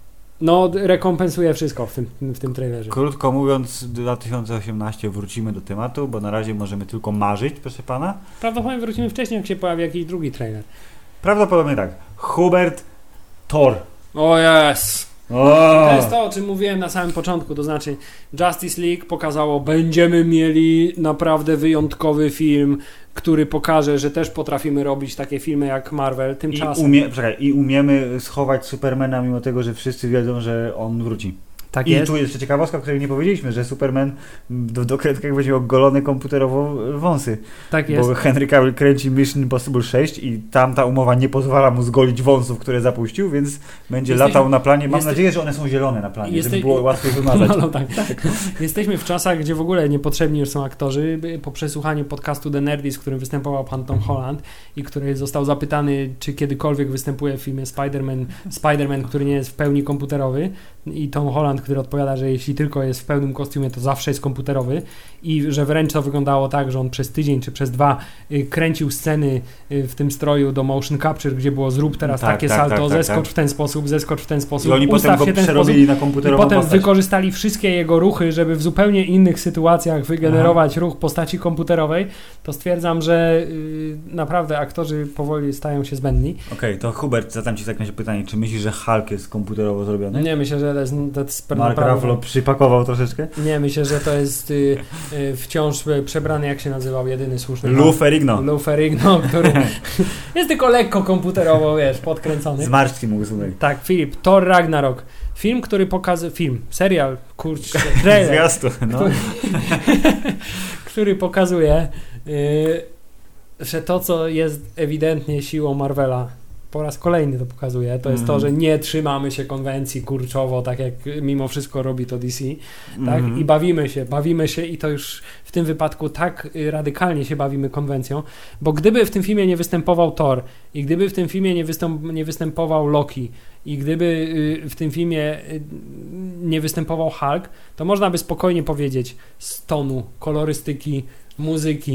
B: No, rekompensuje wszystko w tym, w tym trailerze.
A: Krótko mówiąc, dwa tysiące osiemnaście wrócimy do tematu, bo na razie możemy tylko marzyć, proszę pana.
B: Prawdopodobnie wrócimy wcześniej, jak się pojawi jakiś drugi trailer.
A: Prawdopodobnie tak. Hubert Thor.
B: O jest!
A: O!
B: To jest to, o czym mówiłem na samym początku, to znaczy Justice League pokazało, będziemy mieli naprawdę wyjątkowy film, który pokaże, że też potrafimy robić takie filmy jak Marvel. Tymczasem...
A: I, umie, czekaj, i umiemy schować Supermana mimo tego, że wszyscy wiedzą, że on wróci.
B: Tak
A: I
B: jest.
A: tu jeszcze ciekawostka, o której nie powiedzieliśmy, że Superman w dokładkach będzie ogolony komputerowo wąsy.
B: Tak jest.
A: Bo Henry Cavill kręci Mission Impossible sześć i tam ta umowa nie pozwala mu zgolić wąsów, które zapuścił, więc będzie Jesteś... latał na planie. Mam Jeste... nadzieję, że one są zielone na planie, Jeste... żeby było łatwiej wymazać.
B: No, no, tak, tak. Jesteśmy w czasach, gdzie w ogóle niepotrzebni już są aktorzy. Po przesłuchaniu podcastu The Nerdist, w którym występował pan Tom Holland i który został zapytany, czy kiedykolwiek występuje w filmie Spider-Man, Spider-Man, który nie jest w pełni komputerowy, i Tom Holland, który odpowiada, że jeśli tylko jest w pełnym kostiumie, to zawsze jest komputerowy i że wręcz to wyglądało tak, że on przez tydzień czy przez dwa y, kręcił sceny y, w tym stroju do motion capture, gdzie było zrób teraz tak, takie tak, salto, tak, tak, zeskocz tak. w ten sposób, zeskocz w ten sposób,
A: i oni
B: ustaw
A: potem
B: się
A: go
B: ten
A: przerobili
B: sposób
A: na komputerową
B: i potem
A: postać.
B: Wykorzystali wszystkie jego ruchy, żeby w zupełnie innych sytuacjach wygenerować Aha. ruch postaci komputerowej, to stwierdzam, że y, naprawdę aktorzy powoli stają się zbędni.
A: Okej, okay, to Hubert, zadam ci takie pytanie, czy myślisz, że Hulk jest komputerowo zrobiony?
B: Nie, myślę, że to jest, to jest
A: Mark Ruffalo przypakował troszeczkę?
B: Nie, myślę, że to jest y, y, wciąż przebrany, jak się nazywał, jedyny słuszny.
A: Lou Ferrigno.
B: Lou Ferrigno, który jest tylko lekko komputerowo, wiesz, podkręcony.
A: Z marszczki mu usunęli.
B: Tak, Filip, Thor Ragnarok. Film, który pokazuje... Film, serial, kurczę, trailer.
A: Zwiastun, no.
B: Który, który pokazuje, y, że to, co jest ewidentnie siłą Marvela, po raz kolejny to pokazuje, to jest mm-hmm. to, że nie trzymamy się konwencji kurczowo, tak jak mimo wszystko robi to D C, mm-hmm. tak? I bawimy się, bawimy się i to już w tym wypadku tak radykalnie się bawimy konwencją, bo gdyby w tym filmie nie występował Thor i gdyby w tym filmie nie, występ, nie występował Loki i gdyby w tym filmie nie występował Hulk, to można by spokojnie powiedzieć z tonu, kolorystyki, muzyki,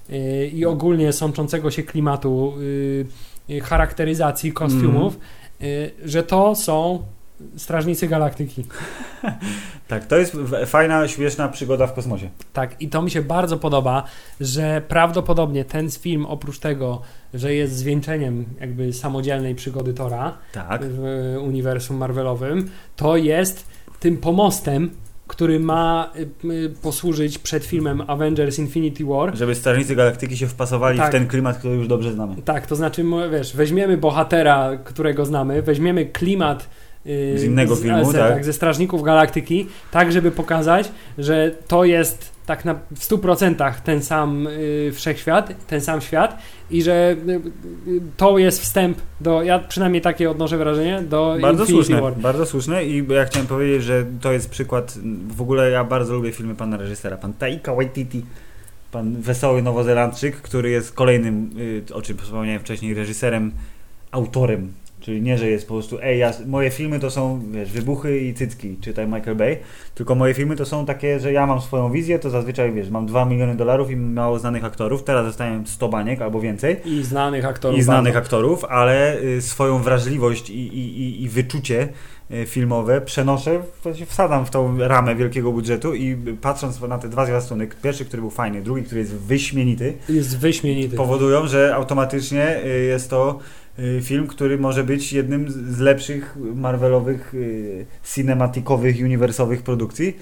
B: yy, i ogólnie sączącego się klimatu, yy, charakteryzacji kostiumów, mm. yy, że to są Strażnicy Galaktyki.
A: Tak, to jest fajna, śmieszna przygoda w kosmosie.
B: Tak, i to mi się bardzo podoba, że prawdopodobnie ten film, oprócz tego, że jest zwieńczeniem jakby samodzielnej przygody Thora
A: tak.
B: w uniwersum Marvelowym, to jest tym pomostem, który ma y, posłużyć przed filmem Avengers Infinity War.
A: Żeby Strażnicy Galaktyki się wpasowali tak. w ten klimat, który już dobrze znamy.
B: Tak, to znaczy, wiesz, weźmiemy bohatera, którego znamy, weźmiemy klimat y,
A: z innego
B: z,
A: filmu,
B: z,
A: tak.
B: tak, ze Strażników Galaktyki, tak żeby pokazać, że to jest tak na, w stu procentach ten sam y, wszechświat, ten sam świat i że y, y, to jest wstęp do, ja przynajmniej takie odnoszę wrażenie, do
A: bardzo
B: Infinity
A: słuszne,
B: War.
A: Bardzo słuszne i ja chciałem powiedzieć, że to jest przykład, w ogóle ja bardzo lubię filmy pana reżysera, pan Taika Waititi, pan wesoły Nowozelandczyk, który jest kolejnym, y, o czym wspomniałem wcześniej, reżyserem, autorem. Czyli nie, że jest po prostu, ej, ja, moje filmy to są, wiesz, wybuchy i cycki, czytaj Michael Bay, tylko moje filmy to są takie, że ja mam swoją wizję, to zazwyczaj, wiesz, mam dwa miliony dolarów i mało znanych aktorów, teraz dostałem sto baniek albo więcej.
B: I znanych aktorów.
A: I znanych
B: bardzo.
A: aktorów, ale y, swoją wrażliwość i, i, i, i wyczucie y, filmowe przenoszę, wsadzam w tą ramę wielkiego budżetu i patrząc na te dwa zwiastuny, pierwszy, który był fajny, drugi, który jest wyśmienity,
B: jest wyśmienity.
A: powodują, że automatycznie y, jest to film, który może być jednym z lepszych Marvelowych, cinematikowych, uniwersowych produkcji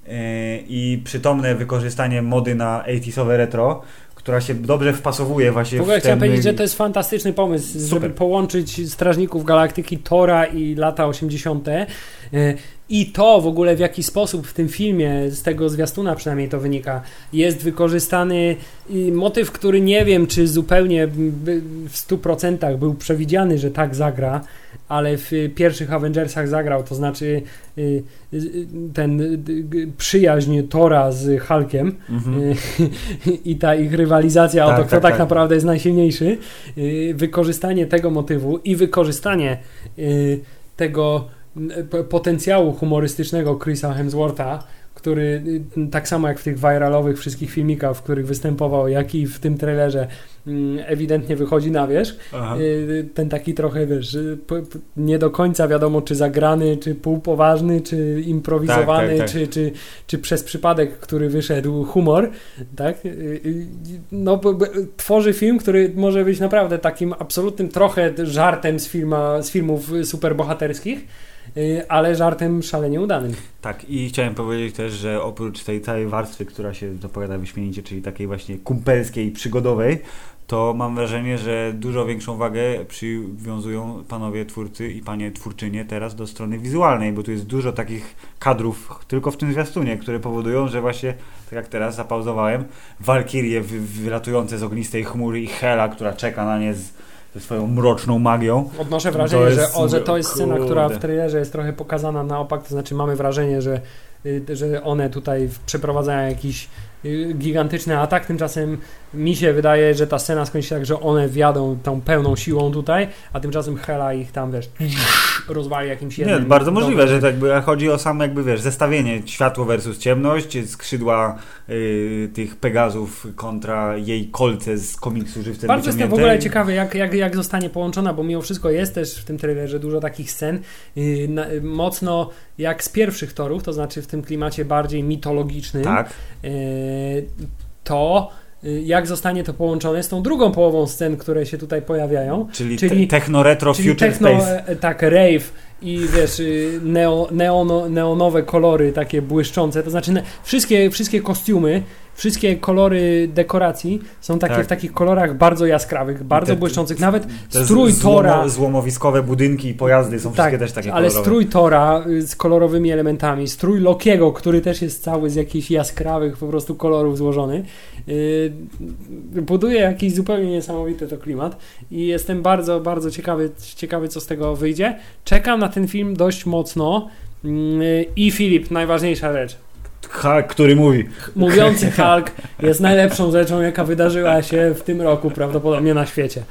A: i przytomne wykorzystanie mody na osiemdziesiąte retro, która się dobrze wpasowuje właśnie w,
B: w ogóle
A: ten...
B: chciałem powiedzieć, że to jest fantastyczny pomysł,
A: Super.
B: żeby połączyć Strażników Galaktyki, Thora i lata osiemdziesiąte. I to w ogóle w jaki sposób w tym filmie, z tego zwiastuna przynajmniej to wynika, jest wykorzystany motyw, który nie wiem, czy zupełnie w stu procentach był przewidziany, że tak zagra, ale w pierwszych Avengersach zagrał, to znaczy ten przyjaźń Thora z Hulkiem mhm. i ta ich rywalizacja tak, o to, kto tak, tak, tak naprawdę jest najsilniejszy, wykorzystanie tego motywu i wykorzystanie tego potencjału humorystycznego Chrisa Hemswortha, który tak samo jak w tych viralowych wszystkich filmikach, w których występował, jak i w tym trailerze ewidentnie wychodzi na wierzch. Aha. Ten taki trochę, wiesz, nie do końca wiadomo, czy zagrany, czy półpoważny, czy improwizowany, tak, tak, tak. Czy, czy, czy przez przypadek, który wyszedł humor, tak? No, tworzy film, który może być naprawdę takim absolutnym trochę żartem z, filma, z filmów superbohaterskich, ale żartem szalenie udanym.
A: Tak, i chciałem powiedzieć też, że oprócz tej całej warstwy, która się zapowiada wyśmienicie, czyli takiej właśnie kumpelskiej, przygodowej, to mam wrażenie, że dużo większą wagę przywiązują panowie twórcy i panie twórczynie teraz do strony wizualnej, bo tu jest dużo takich kadrów tylko w tym zwiastunie, które powodują, że właśnie, tak jak teraz zapauzowałem, walkirie wy, wylatujące z ognistej chmury i Hela, która czeka na nie z ze swoją mroczną magią.
B: Odnoszę wrażenie, jest, że, o, że to jest scena, która w trailerze jest trochę pokazana na opak, to znaczy mamy wrażenie, że, że one tutaj przeprowadzają jakiś gigantyczny atak, tymczasem mi się wydaje, że ta scena skończy się tak, że one wjadą tą pełną siłą tutaj, a tymczasem Hela ich tam, wiesz, rozwali jakimś jednym.
A: Nie, bardzo możliwe, że tak jakby chodzi o samo jakby, wiesz, zestawienie światło versus ciemność, skrzydła y, tych Pegazów kontra jej kolce z komiksu żywcem
B: bardzo jestem w ogóle ciekawy, jak, jak, jak zostanie połączona, bo mimo wszystko jest też w tym trailerze dużo takich scen, y, na, mocno jak z pierwszych Thorów, to znaczy w tym klimacie bardziej mitologicznym. Tak. Y, to jak zostanie to połączone z tą drugą połową scen, które się tutaj pojawiają.
A: Czyli, czyli te, techno-retro czyli future techno, space.
B: Tak, rave i wiesz, neo, neono, neonowe kolory takie błyszczące, to znaczy wszystkie, wszystkie kostiumy, wszystkie kolory dekoracji są takie tak. w takich kolorach bardzo jaskrawych, bardzo te, błyszczących. Nawet strój złomo, Thora...
A: Złomowiskowe budynki i pojazdy są tak, wszystkie też takie
B: ale
A: kolorowe.
B: Strój Thora z kolorowymi elementami, strój Lokiego, który też jest cały z jakichś jaskrawych po prostu kolorów złożony, yy, buduje jakiś zupełnie niesamowity to klimat i jestem bardzo, bardzo ciekawy, ciekawy co z tego wyjdzie. Czekam na ten film dość mocno yy, i Filip, najważniejsza rzecz.
A: Hulk, który mówi.
B: Mówiący Hulk jest najlepszą rzeczą, jaka wydarzyła się w tym roku prawdopodobnie na świecie.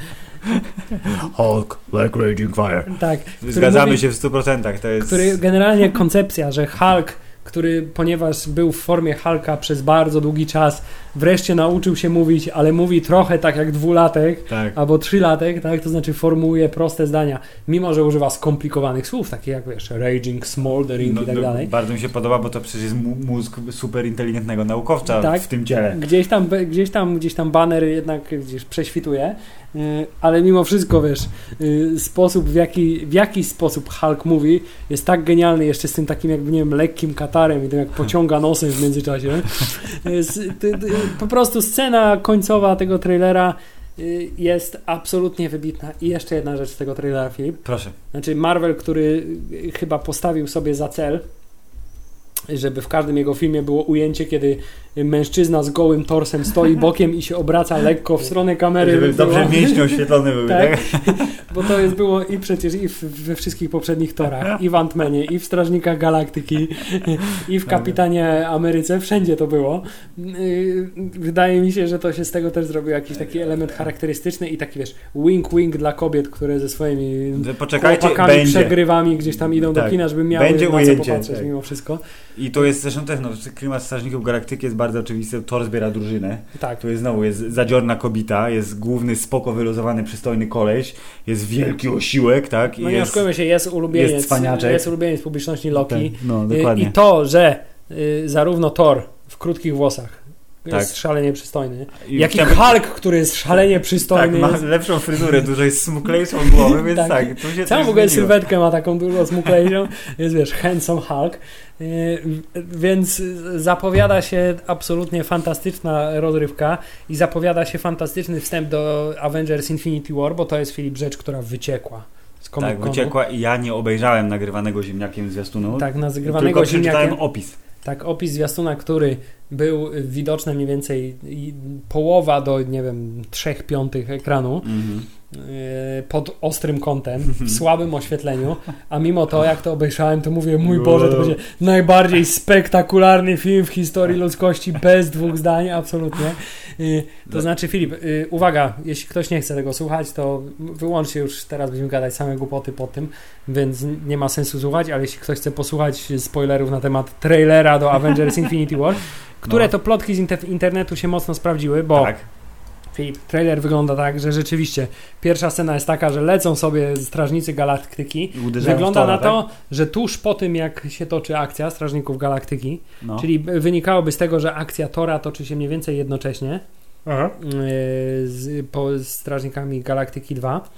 A: Hulk, like raging fire.
B: Tak.
A: Zgadzamy mówi, się w stu procentach. To jest...
B: Który generalnie koncepcja, że Hulk, który, ponieważ był w formie Hulka przez bardzo długi czas, wreszcie nauczył się mówić, ale mówi trochę tak jak dwulatek,
A: tak.
B: albo trzylatek, tak? To znaczy formułuje proste zdania, mimo że używa skomplikowanych słów, takich jak wiesz, raging, smoldering
A: no,
B: i tak
A: no,
B: dalej.
A: Bardzo mi się podoba, bo to przecież jest mózg super inteligentnego naukowca
B: tak?
A: w tym ciele.
B: Gdzieś tam, gdzieś tam, gdzieś tam baner jednak gdzieś prześwituje, yy, ale mimo wszystko, wiesz, yy, sposób, w jaki, w jaki sposób Hulk mówi, jest tak genialny, jeszcze z tym takim jakby, nie wiem, lekkim katarem i tym jak pociąga nosem w międzyczasie. Jest, ty, ty, po prostu scena końcowa tego trailera jest absolutnie wybitna. I jeszcze jedna rzecz z tego trailera, Filip.
A: Proszę.
B: Znaczy Marvel, który chyba postawił sobie za cel, żeby w każdym jego filmie było ujęcie, kiedy mężczyzna z gołym torsem stoi bokiem i się obraca lekko w stronę kamery.
A: Żeby dobrze mięśnie oświetlone były, tak?
B: tak? Bo to jest było i przecież i w, we wszystkich poprzednich Torach, i w Ant-Manie, i w Strażnikach Galaktyki, i w Kapitanie Ameryce, wszędzie to było. Wydaje mi się, że to się z tego też zrobił jakiś taki element charakterystyczny i taki, wiesz, wink-wink dla kobiet, które ze swoimi chłopakami,
A: będzie.
B: przegrywami gdzieś tam idą tak. do kina, żeby miały
A: będzie
B: na
A: ujęcie,
B: co popatrzeć
A: tak.
B: mimo wszystko.
A: I to jest zresztą też, no, klimat Strażników Galaktyki jest bardzo oczywisty. Thor zbiera drużynę.
B: Tak.
A: Tu jest znowu, jest zadziorna kobieta, jest główny, spoko wyluzowany, przystojny koleś, jest wielki osiłek, tak? I
B: no nie
A: jest,
B: oszukujmy się, jest ulubieniec,
A: jest cwaniaczek.
B: Jest ulubieniec publiczności Loki.
A: Tak, no, dokładnie.
B: I to, że y, zarówno Thor w krótkich włosach jest
A: tak.
B: szalenie przystojny,
A: I
B: jak i
A: chciałbym...
B: Hulk, który jest szalenie przystojny.
A: Tak, ma lepszą fryzurę, dużo jest smuklejszą głowę, więc tak. tak tu się
B: Całą w ogóle sylwetkę ma taką dużo smuklejszą, jest wiesz, handsome Hulk, yy, więc zapowiada się absolutnie fantastyczna rozrywka i zapowiada się fantastyczny wstęp do Avengers Infinity War, bo to jest, Filip, rzecz, która wyciekła z Comic-Conu.
A: Tak, wyciekła i ja nie obejrzałem nagrywanego ziemniakiem zwiastunu.
B: Tak, nagrywanego
A: tylko
B: ziemniakiem.
A: przeczytałem opis.
B: Tak, opis zwiastuna, który był widoczny mniej więcej połowa do, nie wiem, trzech piątych ekranu mm-hmm. yy, pod ostrym kątem, w słabym oświetleniu, a mimo to, jak to obejrzałem, to mówię, mój Boże, to będzie najbardziej spektakularny film w historii ludzkości, bez dwóch zdań, absolutnie. Yy, to znaczy, Filip, yy, uwaga, jeśli ktoś nie chce tego słuchać, to wyłączcie już, teraz będziemy gadać same głupoty po tym, więc nie ma sensu słuchać, ale jeśli ktoś chce posłuchać spoilerów na temat trailera do Avengers Infinity War, które no. to plotki z inter- internetu się mocno sprawdziły, bo
A: tak.
B: Filip, trailer wygląda tak, że rzeczywiście pierwsza scena jest taka, że lecą sobie Strażnicy Galaktyki. Wygląda tora, na to, tak? że tuż po tym, jak się toczy akcja Strażników Galaktyki, no. czyli wynikałoby z tego, że akcja Tora toczy się mniej więcej jednocześnie Aha. z po Strażnikami Galaktyki dwa.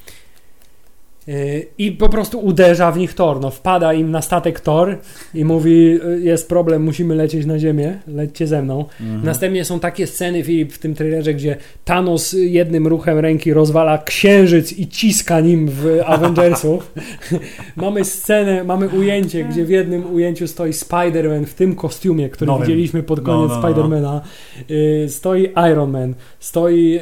B: I po prostu uderza w nich Thor, no wpada im na statek Thor i mówi, jest problem, musimy lecieć na ziemię, lećcie ze mną. Mhm. Następnie są takie sceny, Filip, w tym trailerze, gdzie Thanos jednym ruchem ręki rozwala księżyc i ciska nim w Avengersów. Mamy scenę, mamy ujęcie, gdzie w jednym ujęciu stoi Spider-Man w tym kostiumie, który Nowym. widzieliśmy pod koniec no, no, Spider-Mana. No. Stoi Iron Man, stoi,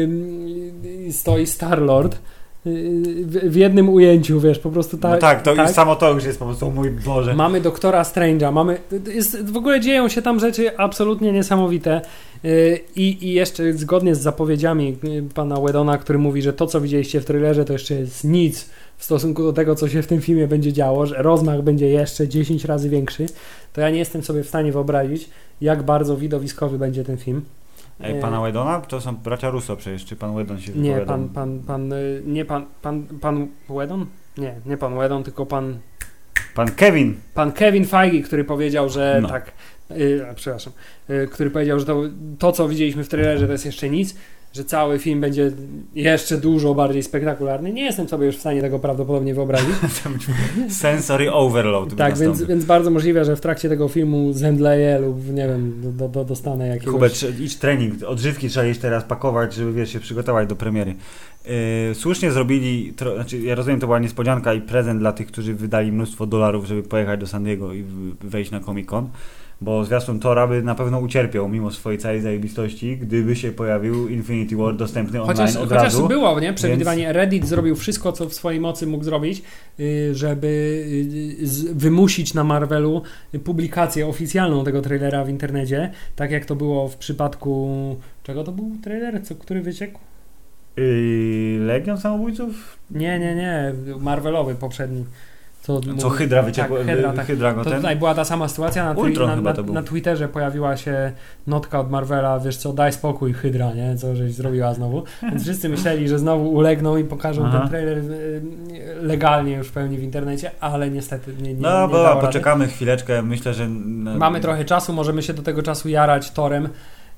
B: stoi Star-Lord. W, w jednym ujęciu, wiesz, po prostu tak.
A: No tak, to tak? Już samo to już jest po prostu, mój Boże.
B: Mamy Doktora Strange'a, mamy, jest, w ogóle dzieją się tam rzeczy absolutnie niesamowite i, i jeszcze zgodnie z zapowiedziami pana Whedona, który mówi, że to, co widzieliście w trailerze, to jeszcze jest nic w stosunku do tego, co się w tym filmie będzie działo, że rozmach będzie jeszcze dziesięć razy większy, to ja nie jestem sobie w stanie wyobrazić, jak bardzo widowiskowy będzie ten film.
A: Ej, pana Whedona? To są bracia Russo przecież, czy pan Whedon się
B: Nie,
A: wypowiada?
B: pan, pan, pan, nie pan, pan, pan Whedon? Nie, nie pan Whedon, tylko pan...
A: Pan Kevin.
B: Pan Kevin Feige, który powiedział, że
A: no.
B: tak, yy, przepraszam, yy, który powiedział, że to, to, co widzieliśmy w trailerze, to jest jeszcze nic, że cały film będzie jeszcze dużo bardziej spektakularny. Nie jestem sobie już w stanie tego prawdopodobnie wyobrazić.
A: Sensory overload.
B: Tak, więc, więc bardzo możliwe, że w trakcie tego filmu zemdleję lub nie wiem, do, do, dostanę jakiegoś...
A: Hubert, idź trening, odżywki trzeba iść teraz pakować, żeby wiesz, się przygotować do premiery. Yy, słusznie zrobili, tro, znaczy ja rozumiem, to była niespodzianka i prezent dla tych, którzy wydali mnóstwo dolarów, żeby pojechać do San Diego i wejść na Comic-Con. Bo zwiastun Thora by na pewno ucierpiał mimo swojej całej zajebistości, gdyby się pojawił Infinity War dostępny online
B: chociaż,
A: od
B: chociaż
A: razu.
B: Chociaż było, nie? Przewidywanie. Więc... Reddit zrobił wszystko, co w swojej mocy mógł zrobić, żeby wymusić na Marvelu publikację oficjalną tego trailera w internecie, tak jak to było w przypadku... Czego to był trailer? Co, który wyciekł?
A: Yy, Legion Samobójców?
B: Nie, nie, nie. Marvelowy poprzedni. Co,
A: Co
B: mówi,
A: Hydra wyciekła,
B: tak, Hydra, tak.
A: Hydra go
B: to
A: ten?
B: tutaj była ta sama sytuacja, na, twi- na, na, na Twitterze pojawiła się notka od Marvela, wiesz co, daj spokój Hydra, nie, co żeś zrobiła znowu, więc wszyscy myśleli, że znowu ulegną i pokażą Aha. ten trailer legalnie już w pełni w internecie, ale niestety nie, nie
A: No
B: nie
A: bo poczekamy rady. chwileczkę, myślę, że...
B: Mamy trochę czasu, możemy się do tego czasu jarać Torem.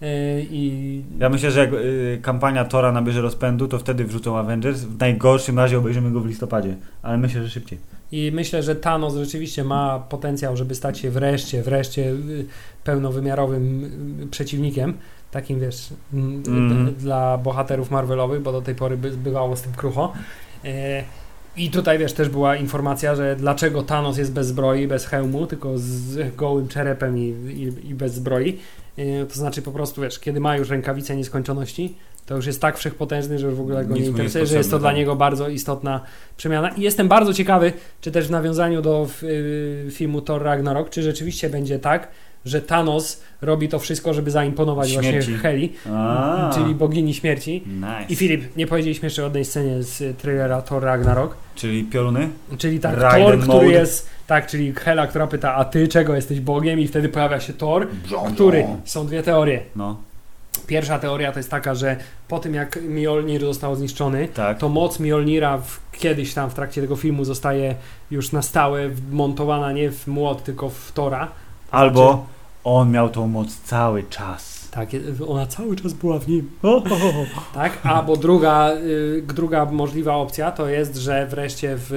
B: I...
A: Ja myślę, że jak y, kampania Tora nabierze rozpędu, to wtedy wrzucą Avengers. W najgorszym razie obejrzymy go w listopadzie, ale myślę, że szybciej.
B: I myślę, że Thanos rzeczywiście ma potencjał, żeby stać się wreszcie, wreszcie pełnowymiarowym przeciwnikiem. Takim, wiesz, mm. d- dla bohaterów Marvelowych, bo do tej pory by, bywało z tym krucho. E- I tutaj, wiesz, też była informacja, że dlaczego Thanos jest bez zbroi, bez hełmu, tylko z gołym czerepem i, i, i bez zbroi. To znaczy po prostu, wiesz, kiedy ma już rękawice nieskończoności, to już jest tak wszechpotężny, że już w ogóle go Nic nie interesuje, że jest to tak. dla niego bardzo istotna przemiana. I jestem bardzo ciekawy, czy też w nawiązaniu do f, y, filmu Thor Ragnarok, czy rzeczywiście będzie tak, że Thanos robi to wszystko, żeby zaimponować śmierci. właśnie Heli, A. czyli bogini śmierci.
A: Nice.
B: I Filip, nie powiedzieliśmy jeszcze o jednej scenie z trailera Thor Ragnarok.
A: Czyli pioruny?
B: Czyli tak, Raiden Thor, który mode. jest, tak, czyli Hela, która pyta, a ty czego jesteś Bogiem? I wtedy pojawia się Thor, Brzono. który, są dwie teorie.
A: No. Pierwsza
B: teoria to jest taka, że po tym jak Mjolnir został zniszczony,
A: tak.
B: to moc Mjolnira w, kiedyś tam w trakcie tego filmu zostaje już na stałe wmontowana nie w młot, tylko w Thora.
A: Albo znaczy, on miał tą moc cały czas.
B: Tak, ona cały czas była w nim. Oh, oh, oh. Tak, albo druga, y, druga możliwa opcja to jest, że wreszcie w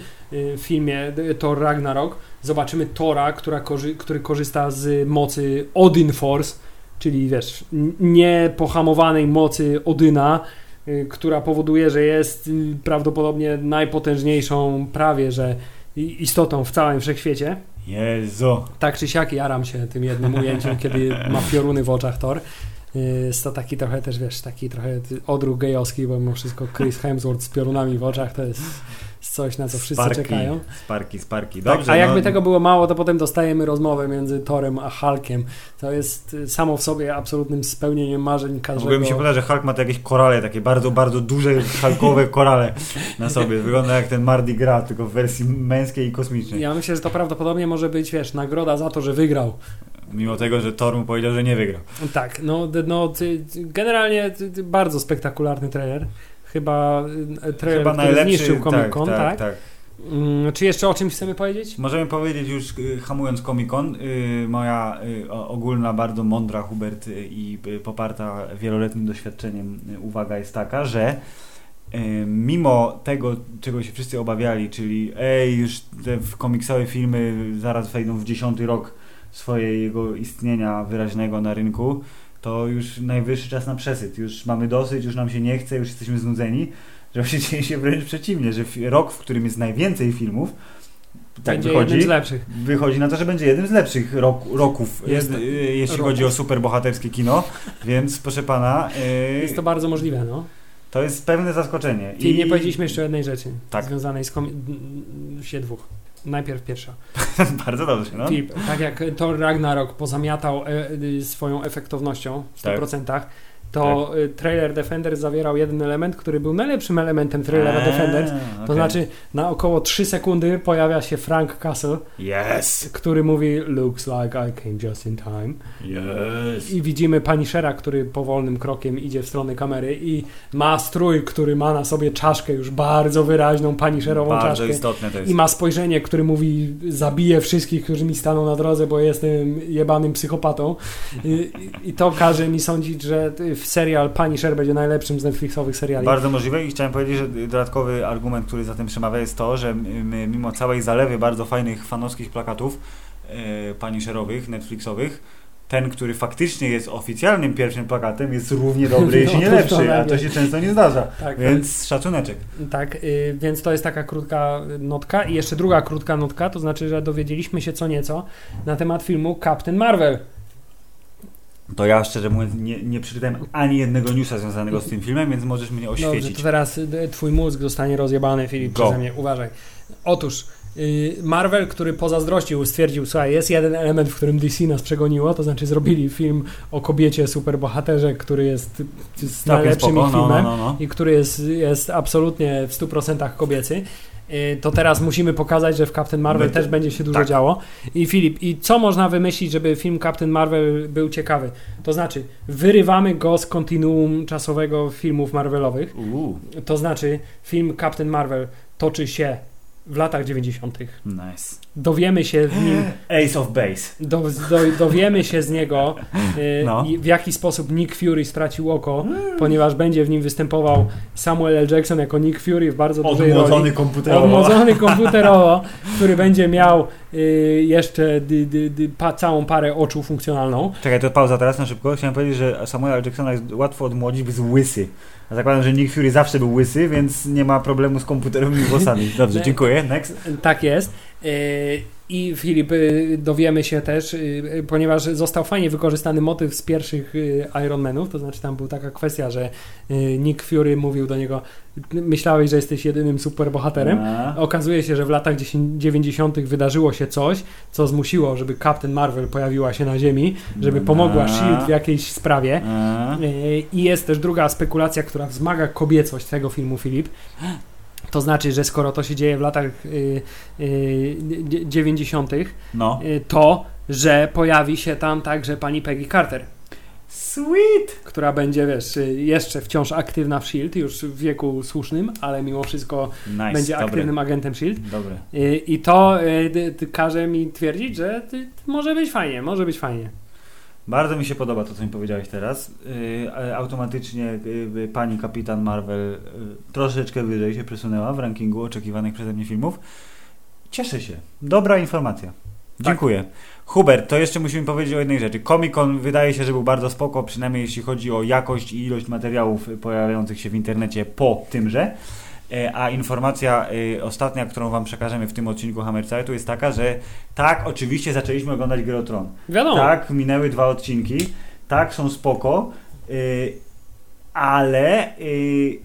B: y, filmie Thor Ragnarok zobaczymy Thora, która korzy- który korzysta z mocy Odin Force, czyli wiesz, niepohamowanej mocy Odyna, y, która powoduje, że jest y, prawdopodobnie najpotężniejszą prawie, że istotą w całym wszechświecie.
A: Jezu.
B: Tak czy siak jaram się tym jednym ujęciem, kiedy ma pioruny w oczach Thor. Jest to taki trochę też, wiesz, taki trochę odruch gejowski, bo mimo wszystko Chris Hemsworth z piorunami w oczach to jest coś, na co wszyscy
A: sparki,
B: czekają.
A: Sparki, sparki. Dobrze,
B: tak, a jakby
A: no...
B: tego było mało, to potem dostajemy rozmowę między Thorem a Hulkiem. To jest samo w sobie absolutnym spełnieniem marzeń każdego. W
A: ogóle mi się wydaje, że Hulk ma tu jakieś korale, takie bardzo, bardzo duże hulkowe korale na sobie. Wygląda jak ten Mardi Gras, tylko w wersji męskiej i kosmicznej.
B: Ja myślę, że to prawdopodobnie może być, wiesz, nagroda za to, że wygrał.
A: Mimo tego, że Thor mu powiedział, że nie wygrał.
B: Tak, no, no generalnie bardzo spektakularny trailer. Chyba trailer,
A: Chyba
B: który
A: najlepszy,
B: zniszczył Comic-Con, tak?
A: tak, tak. tak.
B: Hmm, czy jeszcze o czymś chcemy powiedzieć?
A: Możemy powiedzieć już, hamując Comic-Con, yy, moja yy, ogólna, bardzo mądra, Hubert, yy, i yy, poparta wieloletnim doświadczeniem yy, uwaga jest taka, że yy, mimo tego, czego się wszyscy obawiali, czyli ej, już te komiksowe filmy zaraz wejdą w dziesiąty rok swojego istnienia wyraźnego na rynku, to już najwyższy czas na przesyt. Już mamy dosyć, już nam się nie chce, już jesteśmy znudzeni, że właśnie dzieje się wręcz przeciwnie, że rok, w którym jest najwięcej filmów, tak
B: będzie
A: wychodzi,
B: jednym z lepszych.
A: Wychodzi na to, że będzie jednym z lepszych rok, roków, jest, y, jeśli roków. chodzi o superbohaterskie kino, więc proszę pana... Y,
B: jest to bardzo możliwe, no.
A: To jest pewne zaskoczenie.
B: I, I nie powiedzieliśmy jeszcze o jednej rzeczy,
A: tak.
B: związanej z komi- się dwóch. Najpierw pierwsza.
A: Bardzo dobrze, no.
B: Filip, tak jak Thor Ragnarok pozamiatał e, swoją efektownością w stu procentach, tak. to tak. trailer Defenders zawierał jeden element, który był najlepszym elementem trailera eee, Defenders. To okay. znaczy na około trzy sekundy pojawia się Frank Castle,
A: yes.
B: który mówi looks like I came just in time.
A: Yes.
B: I widzimy Punishera, który powolnym krokiem idzie w stronę kamery i ma strój, który ma na sobie czaszkę już bardzo wyraźną Punisherową
A: bardzo
B: czaszkę.
A: Istotne to jest.
B: I ma spojrzenie, które mówi zabiję wszystkich, którzy mi staną na drodze, bo jestem jebanym psychopatą. I, i to każe mi sądzić, że serial Punisher będzie najlepszym z Netflixowych seriali.
A: Bardzo możliwe i chciałem powiedzieć, że dodatkowy argument, który za tym przemawia, jest to, że my, mimo całej zalewy bardzo fajnych fanowskich plakatów e, Punisherowych, Netflixowych, ten, który faktycznie jest oficjalnym pierwszym plakatem, jest równie dobry, jeśli nie lepszy, a to się często nie zdarza. Tak, więc tak. Szacuneczek.
B: Tak, y, więc to jest taka krótka notka i jeszcze druga krótka notka, to znaczy, że dowiedzieliśmy się co nieco na temat filmu Captain Marvel.
A: To ja szczerze mówiąc nie, nie przeczytałem ani jednego newsa związanego z tym filmem, więc możesz mnie oświecić.
B: Dobrze, to teraz twój mózg zostanie rozjebany, Filip, Go. przeze mnie. Uważaj. Otóż Marvel, który pozazdrościł, stwierdził, słuchaj, jest jeden element, w którym D C nas przegoniło, to znaczy zrobili film o kobiecie superbohaterze, który jest, jest najlepszym ich filmem no, no, no, no. i który jest, jest absolutnie w stu procentach kobiecy. to teraz musimy pokazać, że w Captain Marvel My, też będzie się dużo tak. działo. I Filip, i co można wymyślić, żeby film Captain Marvel był ciekawy? To znaczy, wyrywamy go z kontinuum czasowego filmów Marvelowych.
A: Uu.
B: To znaczy, film Captain Marvel toczy się w latach dziewięćdziesiątych.
A: Nice.
B: Dowiemy się w nim...
A: Ace of Base.
B: Do, do, dowiemy się z niego, y,
A: no.
B: w jaki sposób Nick Fury stracił oko, mm. ponieważ będzie w nim występował Samuel L. Jackson jako Nick Fury w bardzo dużej roli.
A: Odmłodzony komputerowo.
B: Odmłodzony komputerowo, który będzie miał y, jeszcze dy, dy, dy, pa, całą parę oczu funkcjonalną.
A: Czekaj, to pauza teraz na szybko. Chciałem powiedzieć, że Samuela L. Jacksona jest łatwo odmłodzić, bo jest łysy. A zakładam, że Nick Fury zawsze był łysy, więc nie ma problemu z komputerowymi włosami. Dobrze, dziękuję. Next.
B: Tak jest. I Filip, dowiemy się też, ponieważ został fajnie wykorzystany motyw z pierwszych Iron Manów, to znaczy tam była taka kwestia, że Nick Fury mówił do niego: myślałeś, że jesteś jedynym superbohaterem. A. Okazuje się, że w latach dziewięćdziesiątych wydarzyło się coś, co zmusiło, żeby Captain Marvel pojawiła się na Ziemi, żeby pomogła A. Shield w jakiejś sprawie. A. I jest też druga spekulacja, która wzmaga kobiecość tego filmu, Filip. To znaczy, że skoro to się dzieje w latach y, y, dziewięćdziesiątych,
A: no.
B: y, to, że pojawi się tam także pani Peggy Carter.
A: Sweet!
B: Która będzie, wiesz, jeszcze wciąż aktywna w Shield, już w wieku słusznym, ale mimo wszystko
A: nice,
B: będzie
A: dobre.
B: aktywnym agentem Shield.
A: Dobre.
B: Y, I to y, y, każe mi twierdzić, że y, może być fajnie, może być fajnie.
A: Bardzo mi się podoba to, co mi powiedziałeś teraz. Yy, automatycznie yy, pani Kapitan Marvel yy, troszeczkę wyżej się przesunęła w rankingu oczekiwanych przeze mnie filmów. Cieszę się. Dobra informacja. Dziękuję. Tak. Hubert, to jeszcze musimy powiedzieć o jednej rzeczy. Comic-Con wydaje się, że był bardzo spoko, przynajmniej jeśli chodzi o jakość i ilość materiałów pojawiających się w internecie po tymże. A informacja y, ostatnia, którą wam przekażemy w tym odcinku Hammerzeitu, jest taka, że tak, oczywiście zaczęliśmy oglądać Grę o Tron.
B: Wiadomo.
A: Tak, minęły dwa odcinki. Tak, są spoko. Y, ale y,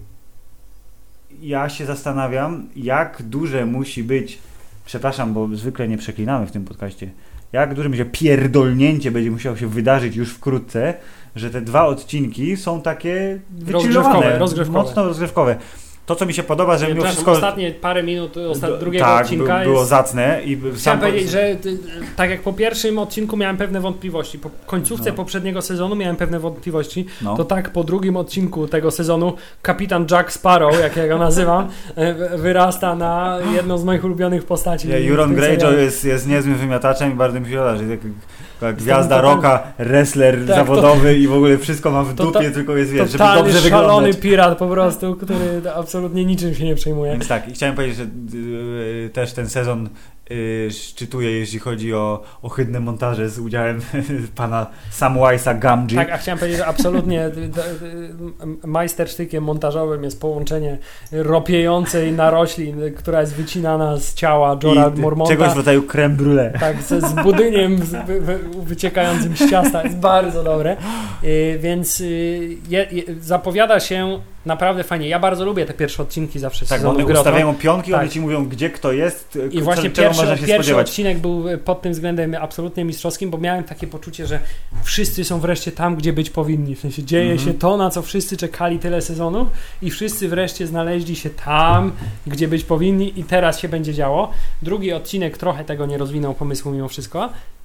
A: ja się zastanawiam, jak duże musi być, przepraszam, bo zwykle nie przeklinamy w tym podcaście, jak duże będzie pierdolnięcie będzie musiało się wydarzyć już wkrótce, że te dwa odcinki są takie
B: rozgrzewkowe, rozgrzewkowe.
A: mocno rozgrzewkowe. To, co mi się podoba, że mimo wszystko...
B: Ostatnie parę minut osta- drugiego
A: tak,
B: odcinka
A: by, było
B: jest...
A: zacne. I
B: Chciałem
A: sam...
B: powiedzieć, że tak jak po pierwszym odcinku miałem pewne wątpliwości, po końcówce no. poprzedniego sezonu miałem pewne wątpliwości, no. to tak po drugim odcinku tego sezonu kapitan Jack Sparrow, jak ja go nazywam, wyrasta na jedną z moich ulubionych postaci.
A: Yeah, Euron Greyjoy jest, jest niezłym wymiataczem i bardzo mi się podoba, że jest jak gwiazda rocka, wrestler tak, zawodowy to, i w ogóle wszystko ma w dupie, to, tylko jest, wiesz, żeby dobrze wyglądać.
B: Szalony pirat po prostu, który absolutnie niczym się nie przejmuje.
A: Więc tak, i chciałem powiedzieć, że y, też ten sezon y, szczytuje, jeśli chodzi o ohydne montaże z udziałem pana Samwise'a Gamgee.
B: Tak, a chciałem powiedzieć, że absolutnie majstersztykiem montażowym jest połączenie ropiejącej narośli, która jest wycinana z ciała Jorah Mormonta.
A: Czegoś w rodzaju creme brulee.
B: Tak, z, z budyniem z, wy, wy, wyciekającym z ciasta. Jest bardzo dobre. Y, więc y, je, je, zapowiada się naprawdę fajnie. Ja bardzo lubię te pierwsze odcinki zawsze.
A: Tak, bo one ustawiają pionki, tak. One ci mówią, gdzie kto jest,
B: i
A: co,
B: właśnie
A: czego
B: pierwszy,
A: można się
B: pierwszy
A: spodziewać.
B: odcinek był pod tym względem absolutnie mistrzowskim, bo miałem takie poczucie, że wszyscy są wreszcie tam, gdzie być powinni. W sensie dzieje mm-hmm. się to, na co wszyscy czekali tyle sezonów i wszyscy wreszcie znaleźli się tam, gdzie być powinni i teraz się będzie działo. Drugi odcinek trochę tego nie rozwinął pomysłu mimo wszystko,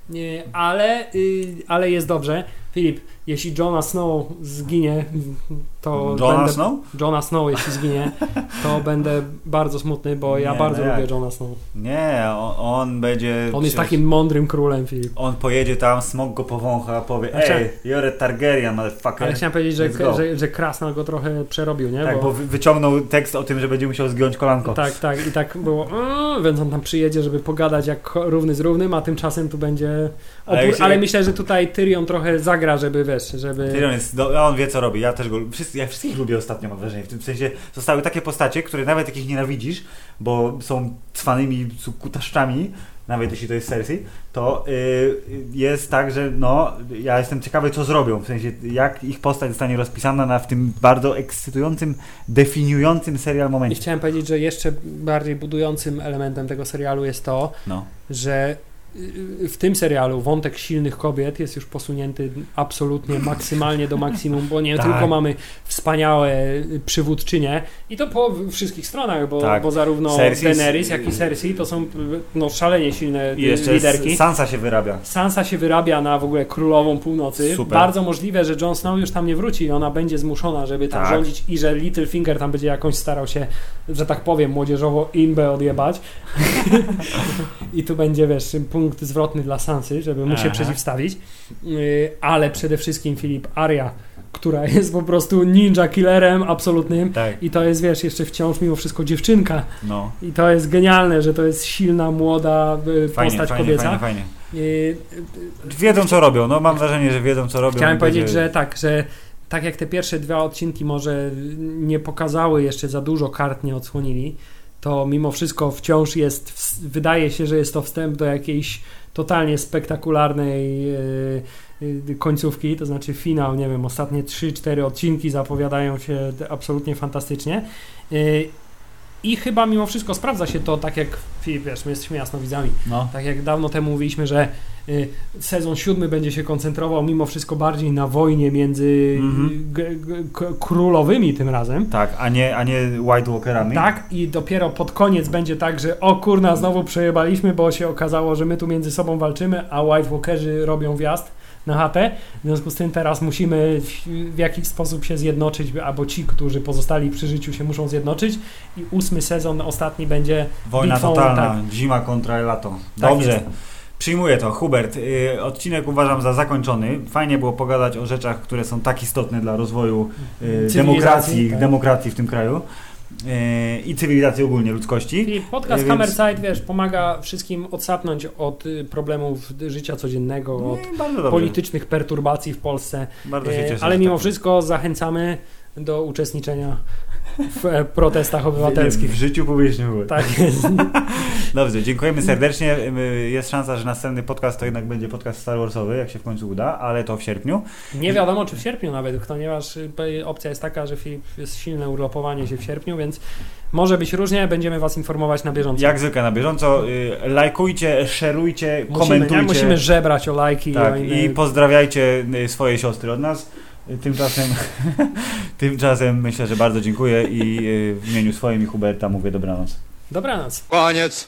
B: ale, ale jest dobrze. Filip, jeśli Jona Snow zginie, to
A: Jona
B: będę...
A: Snow?
B: Jona Snow, jeśli zginie, to będę bardzo smutny, bo ja nie, bardzo no lubię Jona Snow.
A: Nie, on, on będzie...
B: On jest takim mądrym królem, Filip.
A: On pojedzie tam, Smog go powącha, powie, ej, chciałem... you're a Targaryen, motherfucker.
B: Ale chciałem powiedzieć, że, że, że Krasnal go trochę przerobił, nie?
A: Tak, bo... bo wyciągnął tekst o tym, że będzie musiał zgiąć kolanko.
B: Tak, tak, i tak było, yy, więc on tam przyjedzie, żeby pogadać jak równy z równym, a tymczasem tu będzie... Opór... Ale, Ale myślę, że tutaj Tyrion trochę zagra, żeby, wiesz, żeby...
A: Tyrion jest, do... on wie co robi, ja też go, wszyscy, ja wszystkich lubię ostatnio, mam wrażenie, w tym sensie zostały takie postacie, które nawet jak ich nienawidzisz, bo są cwanymi kutaszczami, nawet jeśli to jest Cersei, to yy, jest tak, że no, ja jestem ciekawy co zrobią, w sensie jak ich postać zostanie rozpisana na w tym bardzo ekscytującym, definiującym serial momencie.
B: I chciałem powiedzieć, że jeszcze bardziej budującym elementem tego serialu jest to,
A: no.
B: że w tym serialu wątek silnych kobiet jest już posunięty absolutnie maksymalnie do maksimum, bo nie
A: tak.
B: tylko mamy wspaniałe przywódczynie i to po wszystkich stronach, bo, tak. bo zarówno Cersei, Daenerys, jak i Cersei to są no, szalenie silne
A: I jeszcze
B: liderki.
A: Sansa się wyrabia.
B: Sansa się wyrabia na w ogóle królową północy.
A: Super.
B: Bardzo możliwe, że Jon Snow już tam nie wróci i ona będzie zmuszona, żeby tam
A: tak.
B: rządzić i że Littlefinger tam będzie jakoś starał się, że tak powiem, młodzieżowo imbę odjebać. I tu będzie, wiesz, punkt zwrotny dla Sansy, żeby mu się Aha. przeciwstawić. Yy, ale przede wszystkim Filip, Arya, która jest po prostu ninja killerem absolutnym
A: tak.
B: i to jest, wiesz, jeszcze wciąż mimo wszystko dziewczynka.
A: No.
B: I to jest genialne, że to jest silna, młoda yy,
A: fajnie,
B: postać
A: fajnie,
B: kobieca.
A: Fajnie, fajnie. Yy, wiedzą, co robią. No mam wrażenie, że wiedzą, co robią.
B: Chciałem powiedzieć,
A: będzie... że
B: tak, że tak jak te pierwsze dwa odcinki może nie pokazały jeszcze za dużo kart, nie odsłonili, to mimo wszystko wciąż jest, wydaje się, że jest to wstęp do jakiejś totalnie spektakularnej yy, yy, końcówki, to znaczy finał, nie wiem, ostatnie trzy cztery odcinki zapowiadają się absolutnie fantastycznie. Yy, I chyba mimo wszystko sprawdza się to, tak jak, wiesz, my jesteśmy jasnowidzami,
A: no.
B: tak jak dawno temu mówiliśmy, że y, sezon siódmy będzie się koncentrował mimo wszystko bardziej na wojnie między mm-hmm. g, g, k, królowymi tym razem.
A: Tak, a nie, a nie White Walkerami.
B: Tak, i dopiero pod koniec będzie tak, że o kurna, znowu przejebaliśmy, bo się okazało, że my tu między sobą walczymy, a White Walkerzy robią wjazd na chatę. W związku z tym teraz musimy w, w jakiś sposób się zjednoczyć, albo ci, którzy pozostali przy życiu się muszą zjednoczyć i ósmy sezon ostatni będzie
A: wojna
B: bitwą,
A: totalna,
B: tak.
A: zima kontra lato. Dobrze.
B: Tak
A: Przyjmuję to. Hubert, y, odcinek uważam za zakończony. Fajnie było pogadać o rzeczach, które są tak istotne dla rozwoju y, demokracji, tak. demokracji w tym kraju. I cywilizacji ogólnie ludzkości.
B: I podcast Więc... Hammerside, wiesz, pomaga wszystkim odsapnąć od problemów życia codziennego, no od politycznych perturbacji w Polsce.
A: Bardzo się cieszę,
B: ale mimo
A: tak.
B: wszystko zachęcamy do uczestniczenia w protestach obywatelskich.
A: W życiu publicznym.
B: Tak jest.
A: Dobrze, dziękujemy serdecznie. Jest szansa, że następny podcast to jednak będzie podcast Star Warsowy, jak się w końcu uda, ale to w sierpniu.
B: Nie wiadomo, czy w sierpniu nawet, ponieważ opcja jest taka, że jest silne urlopowanie się w sierpniu, więc może być różnie, będziemy Was informować na bieżąco.
A: Jak zwykle na bieżąco. Lajkujcie, szerujcie,
B: musimy,
A: komentujcie.
B: Nie? Musimy żebrać o lajki.
A: Tak,
B: o inne...
A: i pozdrawiajcie swoje siostry od nas. Tymczasem, tymczasem myślę, że bardzo dziękuję i w imieniu swoim i Huberta mówię dobranoc.
B: Dobranoc.
C: Koniec.